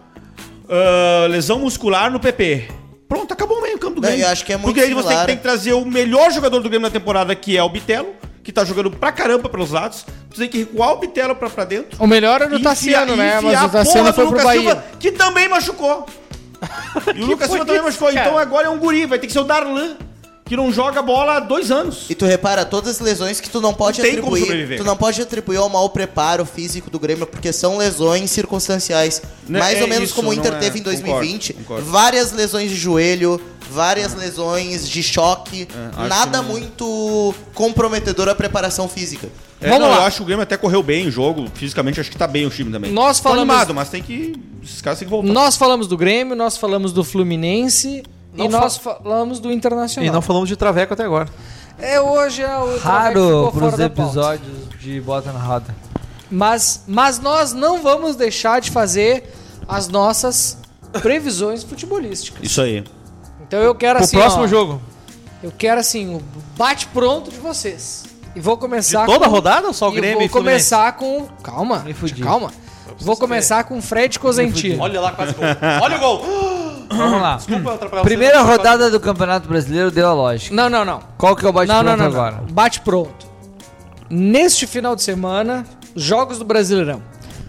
Ah, lesão muscular no P P. Pronto, acabou o meio campo do Não, Grêmio. eu acho que é muito Porque aí você tem, similar. tem que trazer o melhor jogador do Grêmio na temporada, que é o Bitelo, que tá jogando pra caramba pelos lados. Tu tem que recuar o Bitelo pra, pra dentro. O melhor era o Enfiar- Tassiano, né? enfiar Mas a o Tassiano porra foi do pro Lucas Bahia. Silva, que também machucou. E o Lucas Silva também machucou. Então agora é um guri, vai ter que ser o Darlan, que não joga bola há dois anos. E tu repara, todas as lesões que tu não pode Não tem como atribuir. sobreviver. Tu não pode atribuir ao mau preparo físico do Grêmio, porque são lesões circunstanciais. Né, Mais é ou menos isso, como o Inter não é- teve em dois mil e vinte. concordo, concordo. Várias lesões de joelho, várias lesões de choque. É, acho nada que não- muito comprometedor à preparação física. É, Vamos não, lá. eu acho que o Grêmio até correu bem o jogo. Fisicamente, acho que tá bem o time também. Nós Tô falamos- animado, mas tem que. Esses caras têm que voltar. Nós falamos do Grêmio, nós falamos do Fluminense Não e nós falamos do Internacional. E não falamos de Traveco até agora. É, hoje é o Traveco Raro ficou fora pros da pauta. episódios de Bota na Roda. Mas, mas nós não vamos deixar de fazer as nossas previsões futebolísticas. Isso aí. Então eu quero Pro assim, próximo ó, jogo. eu quero assim, o bate-pronto de vocês. E vou começar De toda com, a rodada ou só o e Grêmio vou e Fluminense? começar com, calma, Me fudi. calma. Vou começar com Fred Cosentino. Olha lá, quase gol. Olha o gol. Vamos lá. Desculpa atrapalhar Primeira vocês. rodada do Campeonato Brasileiro deu a lógica. Não, não, não. Qual que é o Não, bate-pronto não, não, agora? não. Bate pronto. Neste final de semana, jogos do Brasileirão.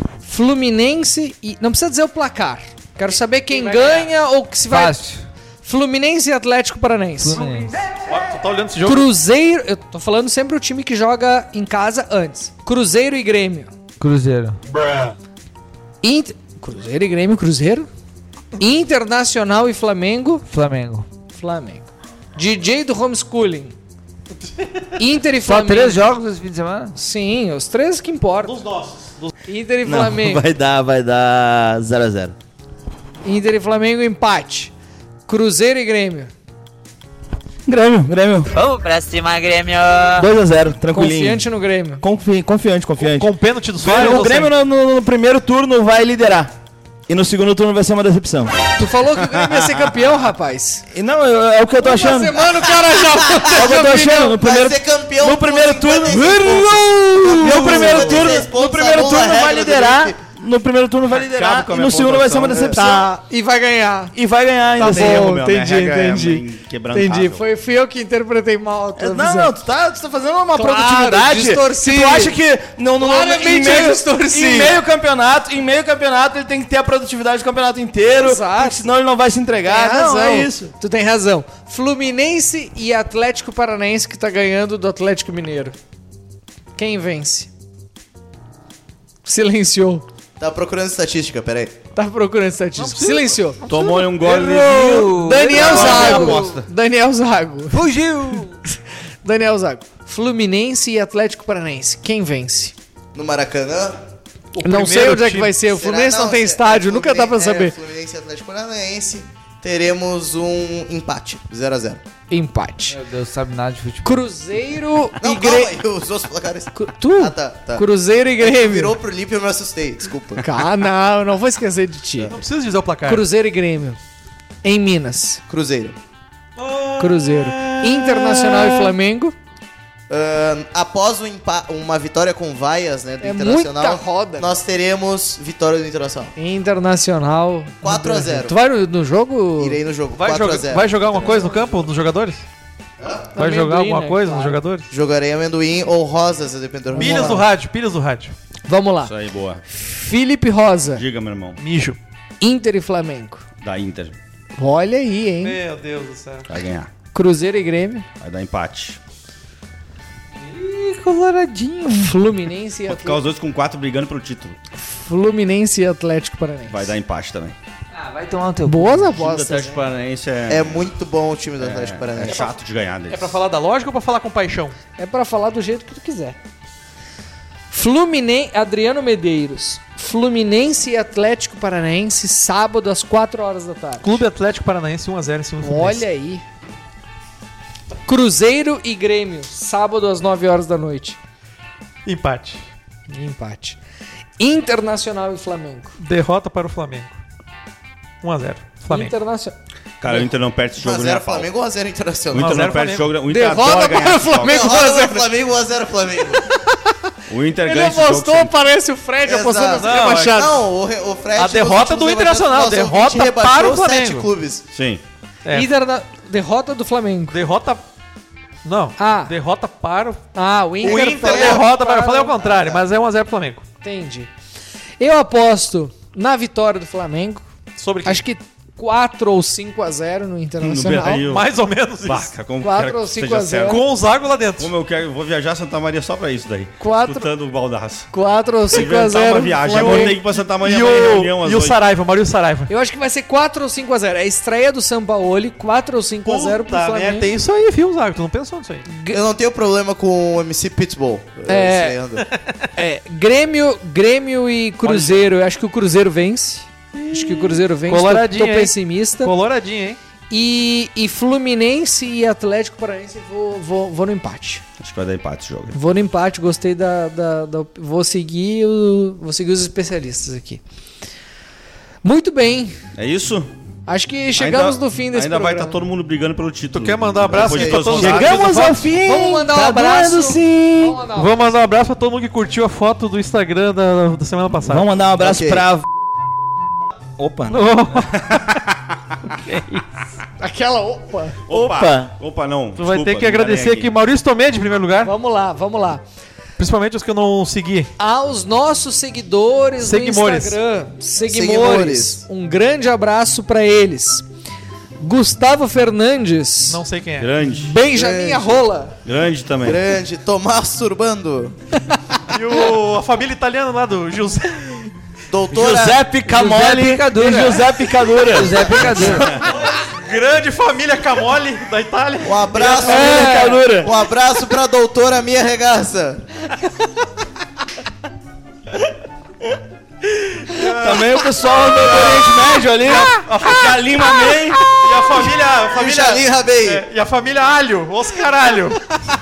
Fluminense e não precisa dizer o placar. Quero saber quem, vai ganha ou que se vai. Fácil. Fluminense e Atlético Paranaense. Fluminense. tá olhando esse jogo? Cruzeiro... Eu tô falando sempre o time que joga em casa antes. Cruzeiro e Grêmio. Cruzeiro. Inter... Cruzeiro e Grêmio, Cruzeiro. Internacional e Flamengo. Flamengo. Flamengo. D J do homeschooling. Inter e Só Flamengo. três jogos esse fim de semana? Sim, os três que importam. Dos nossos. Dos... Inter e Não, Flamengo. vai dar, vai dar zero a zero. Inter e Flamengo, empate. Cruzeiro e Grêmio. Grêmio, Grêmio. Vamos pra cima, Grêmio. dois a zero, tranquilinho. Confiante no Grêmio. Confi- confiante, confiante. Com pênalti do Soares? O ou Grêmio sem? no, no- no primeiro turno vai liderar. E no segundo turno vai ser uma decepção. Tu falou que o Grêmio ia ser campeão, rapaz. E não, eu- é o que eu tô achando. Uma semana o cara já... É o que eu tô achando. No primeiro, Vai ser campeão no com primeiro turno. cinquenta e seis pontos. No primeiro turno, pontos, no primeiro a bola turno regra vai do liderar. Felipe. No primeiro turno vai liderar. Acaba com a E minha no segundo vai ser uma pontuação. decepção. Tá, e vai ganhar. E vai ganhar ainda. Tá assim. bom, meu, minha entendi, regra é entendi. inquebrantável. Entendi, foi, fui eu que interpretei mal a tua É, Não, visão. não, tu tá, tu tá fazendo uma Claro, produtividade. distorci. Que tu acha que não, não, Claramente em, meio, eu distorci. em meio campeonato, em meio campeonato ele tem que ter a produtividade do campeonato inteiro, Exato. porque senão ele não vai se entregar. Tem Não, razão. é isso. Tu tem razão. Fluminense e Atlético Paranaense que tá ganhando do Atlético Mineiro. Quem vence? Silenciou. Tá procurando estatística, peraí. Tá procurando estatística. Silenciou. Tomou um gole. Daniel Errou. Zago. Aposta. Daniel Zago. Fugiu! Daniel Zago. Fluminense e Atlético Paranaense. Quem vence? No Maracanã. Não sei primeiro onde é que time- vai ser. O Será? Fluminense não, tem se- estádio, é nunca dá pra Fluminense- saber. É, Fluminense e Atlético Paranaense. Teremos um empate, zero a zero. Empate. Meu Deus, sabe nada de futebol. Cruzeiro Não, e calma Grêmio. aí, os outros placares. Tu? Ah, tá, tá. Cruzeiro e Grêmio. Virou pro Lipe e eu me assustei, desculpa. Ah, não, não vou esquecer de ti. Não precisa dizer o placar. Cruzeiro e Grêmio. Em Minas. Cruzeiro. Cruzeiro. Internacional e Flamengo. Ahn, após um empa- uma vitória com vaias, né, do É Internacional, muita roda. nós teremos vitória do Internacional. Internacional. quatro a zero. Tu vai no, no jogo? Irei no jogo, Vai, quatro joga- a zero. vai jogar alguma coisa no campo, nos jogadores? Vai Amendoim, jogar alguma né? coisa Claro. nos jogadores? Jogarei amendoim ou rosas, a depender do Pilhas do rádio, pilhas do rádio. Vamos lá. Isso aí, boa. Felipe Rosa. Diga, meu irmão. Mijo. Inter e Flamengo. Da Inter. Olha aí, hein? Meu Deus do céu. Vai ganhar. Cruzeiro e Grêmio. Vai dar empate. Ih, coloradinho. Fluminense e Vou ficar Atlético. os dois com quatro brigando pelo título. Fluminense e Atlético Paranaense. Vai dar empate também. Ah, vai tomar o teu. Boas O time do apostas. Atlético né? Paranaense é, É muito bom o time do Atlético é Paranaense. chato de ganhar deles. É pra falar da lógica ou pra falar com paixão? É pra falar do jeito que tu quiser. Fluminense, Adriano Medeiros. Fluminense e Atlético Paranaense, sábado às quatro horas da tarde. Clube Atlético Paranaense um a zero em cima do Fluminense. Olha aí. Cruzeiro e Grêmio, sábado às nove horas da noite. Empate. Empate. Internacional e Flamengo. Derrota para o Flamengo. um a zero. Flamengo. Internacional. Cara, o Inter não perde esse jogo nem a um a zero pau. Flamengo ou um a zero O Internacional? Inter um a zero não perde esse Flamengo. jogo. O Inter Derrota adora para ganhar o esse jogo. Flamengo. Derrota do Flamengo, um a zero Flamengo. O Inter Ele ganha esse jogo apostou, sempre. parece o Fred apostando Exato. no Não, Não, Machado. Não, o, re- o Fred... A nos derrota últimos do levantamentos Internacional, nosso derrota ouvinte rebaixou para o sete Flamengo. clubes. Sim. É. Interna... Derrota do Flamengo. Derrota. Não. Ah. Derrota para o. Ah, o Inter, O Inter foi- derrota para. Eu falei ao contrário, mas é um a zero pro Flamengo. Entendi. Eu aposto na vitória do Flamengo. Sobre quem? Acho que quatro ou cinco a zero no No Internacional. Beira-Rio. Mais ou menos isso. Baca, como Quatro quero que ou cinco seja a zero. certo. Com o Zago lá dentro. Como eu quero, eu vou viajar a Santa Maria só pra isso daí. Quatro- Escutando o baldaço. quatro ou cinco a Inventar zero. uma viagem. Eu Flamengo. vou ter que ir pra Santa Maria E amanhã em o, reunião às e o oito. Saraiva, Maurício Saraiva. Eu acho que vai ser quatro ou cinco a zero. É a estreia do Sampaoli, quatro ou cinco a zero pro Puta Flamengo. merda, tem isso aí, viu, Zago? Tu não pensou nisso aí. Eu não tenho problema com o M C Pitbull. É. estreando. É, Grêmio, Grêmio e Cruzeiro. Eu acho que o Cruzeiro vence. Acho que o Cruzeiro vence. Coloradinho, tô, tô hein? pessimista. Coloradinho, hein? E, e Fluminense e Atlético Paranaense, vou, vou, vou no empate. Acho que vai dar empate esse jogo. Vou no empate, gostei da. da, da- vou, seguir o, vou seguir os especialistas aqui. Muito bem. É isso? Acho que chegamos Ainda- no fim desse Ainda vai programa. estar todo mundo brigando pelo título. Tu quer mandar um abraço Depois aqui de pra todos todos os os jogos. amigos? Chegamos ao fim! Vamos mandar um Tá abraço. doendo, sim! Vamos mandar um Vou mandar um abraço pra todo mundo que curtiu a foto do Instagram da, da semana passada. Vamos mandar um abraço Ok. pra... Opa. Aquela. Opa! Opa! Opa, não. Tu vai Desculpa, ter que não agradecer parei aqui Maurício Tomedi, em primeiro lugar. Vamos lá, vamos lá. Principalmente os que eu não segui. Aos nossos seguidores Seguimores. no Instagram. Seguimores. Seguimores. Um grande abraço pra eles. Gustavo Fernandes. Não sei quem é. Grande. Benjamin Grande. Arrola. Grande também. Grande, Tomás Turbando. E o, a família italiana lá do José. Doutora Giuseppe Camoli José Picadura. e José Picadura. José Picadura. Grande família Camoli da Itália. Um abraço, É. Picadura. um abraço pra doutora Mia Regaça. Também o pessoal do Oriente Médio ali. A Lima May. E a família. A E o família Jalim Rabei. é, e a família Alho, Oscar Alho.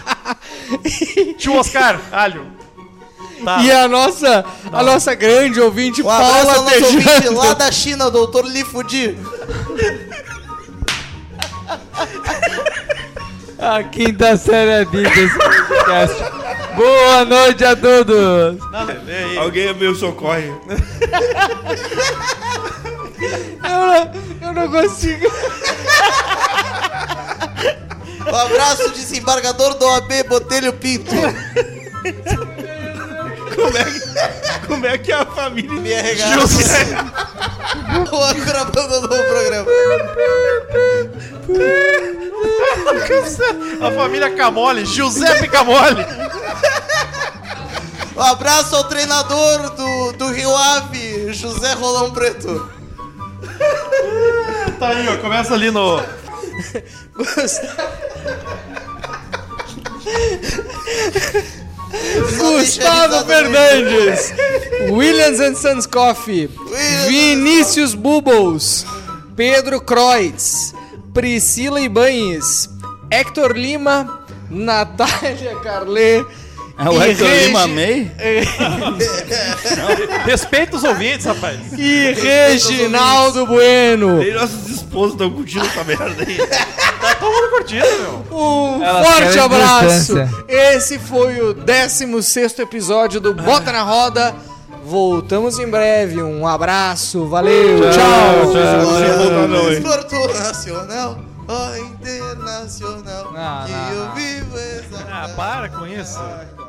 Tio Oscar Alho. Tá. E a nossa, a nossa grande ouvinte, Um abraço Paula ao nosso ouvinte Tejano. lá da China, doutor Li Fudi. A quinta série é vida esse podcast. Boa noite a todos. Alguém me socorre. Eu não, eu não consigo. Um abraço, desembargador do O A B, Botelho Pinto. Como é que, como é, que é a família? Mia Regaça. O âncora abandonou o programa. A família Camoli, Giuseppe Camoli. Um abraço ao treinador do, do Rio Ave, José Rolão Preto. Tá aí, ó. Começa ali no. Gustavo Fernandes. Williams and Sons Coffee. Vinícius Bubbles. Pedro Kreutz. Priscila Ibanez. Hector Lima. Natália Carlê. É o E Hector Regi- Lima May? Respeita os ouvintes, rapaz. E Reginaldo Bueno. E nossos esposos estão curtindo essa merda aí. Tá todo mundo curtindo, meu. Um Elas forte querem abraço. distância. Esse foi o décimo sexto episódio do Bota na Roda. Voltamos em breve. Um abraço. Valeu. Tchau. Esporto nacional, ó internacional. Não, que não, eu não. vivo essa. Ah, para com isso.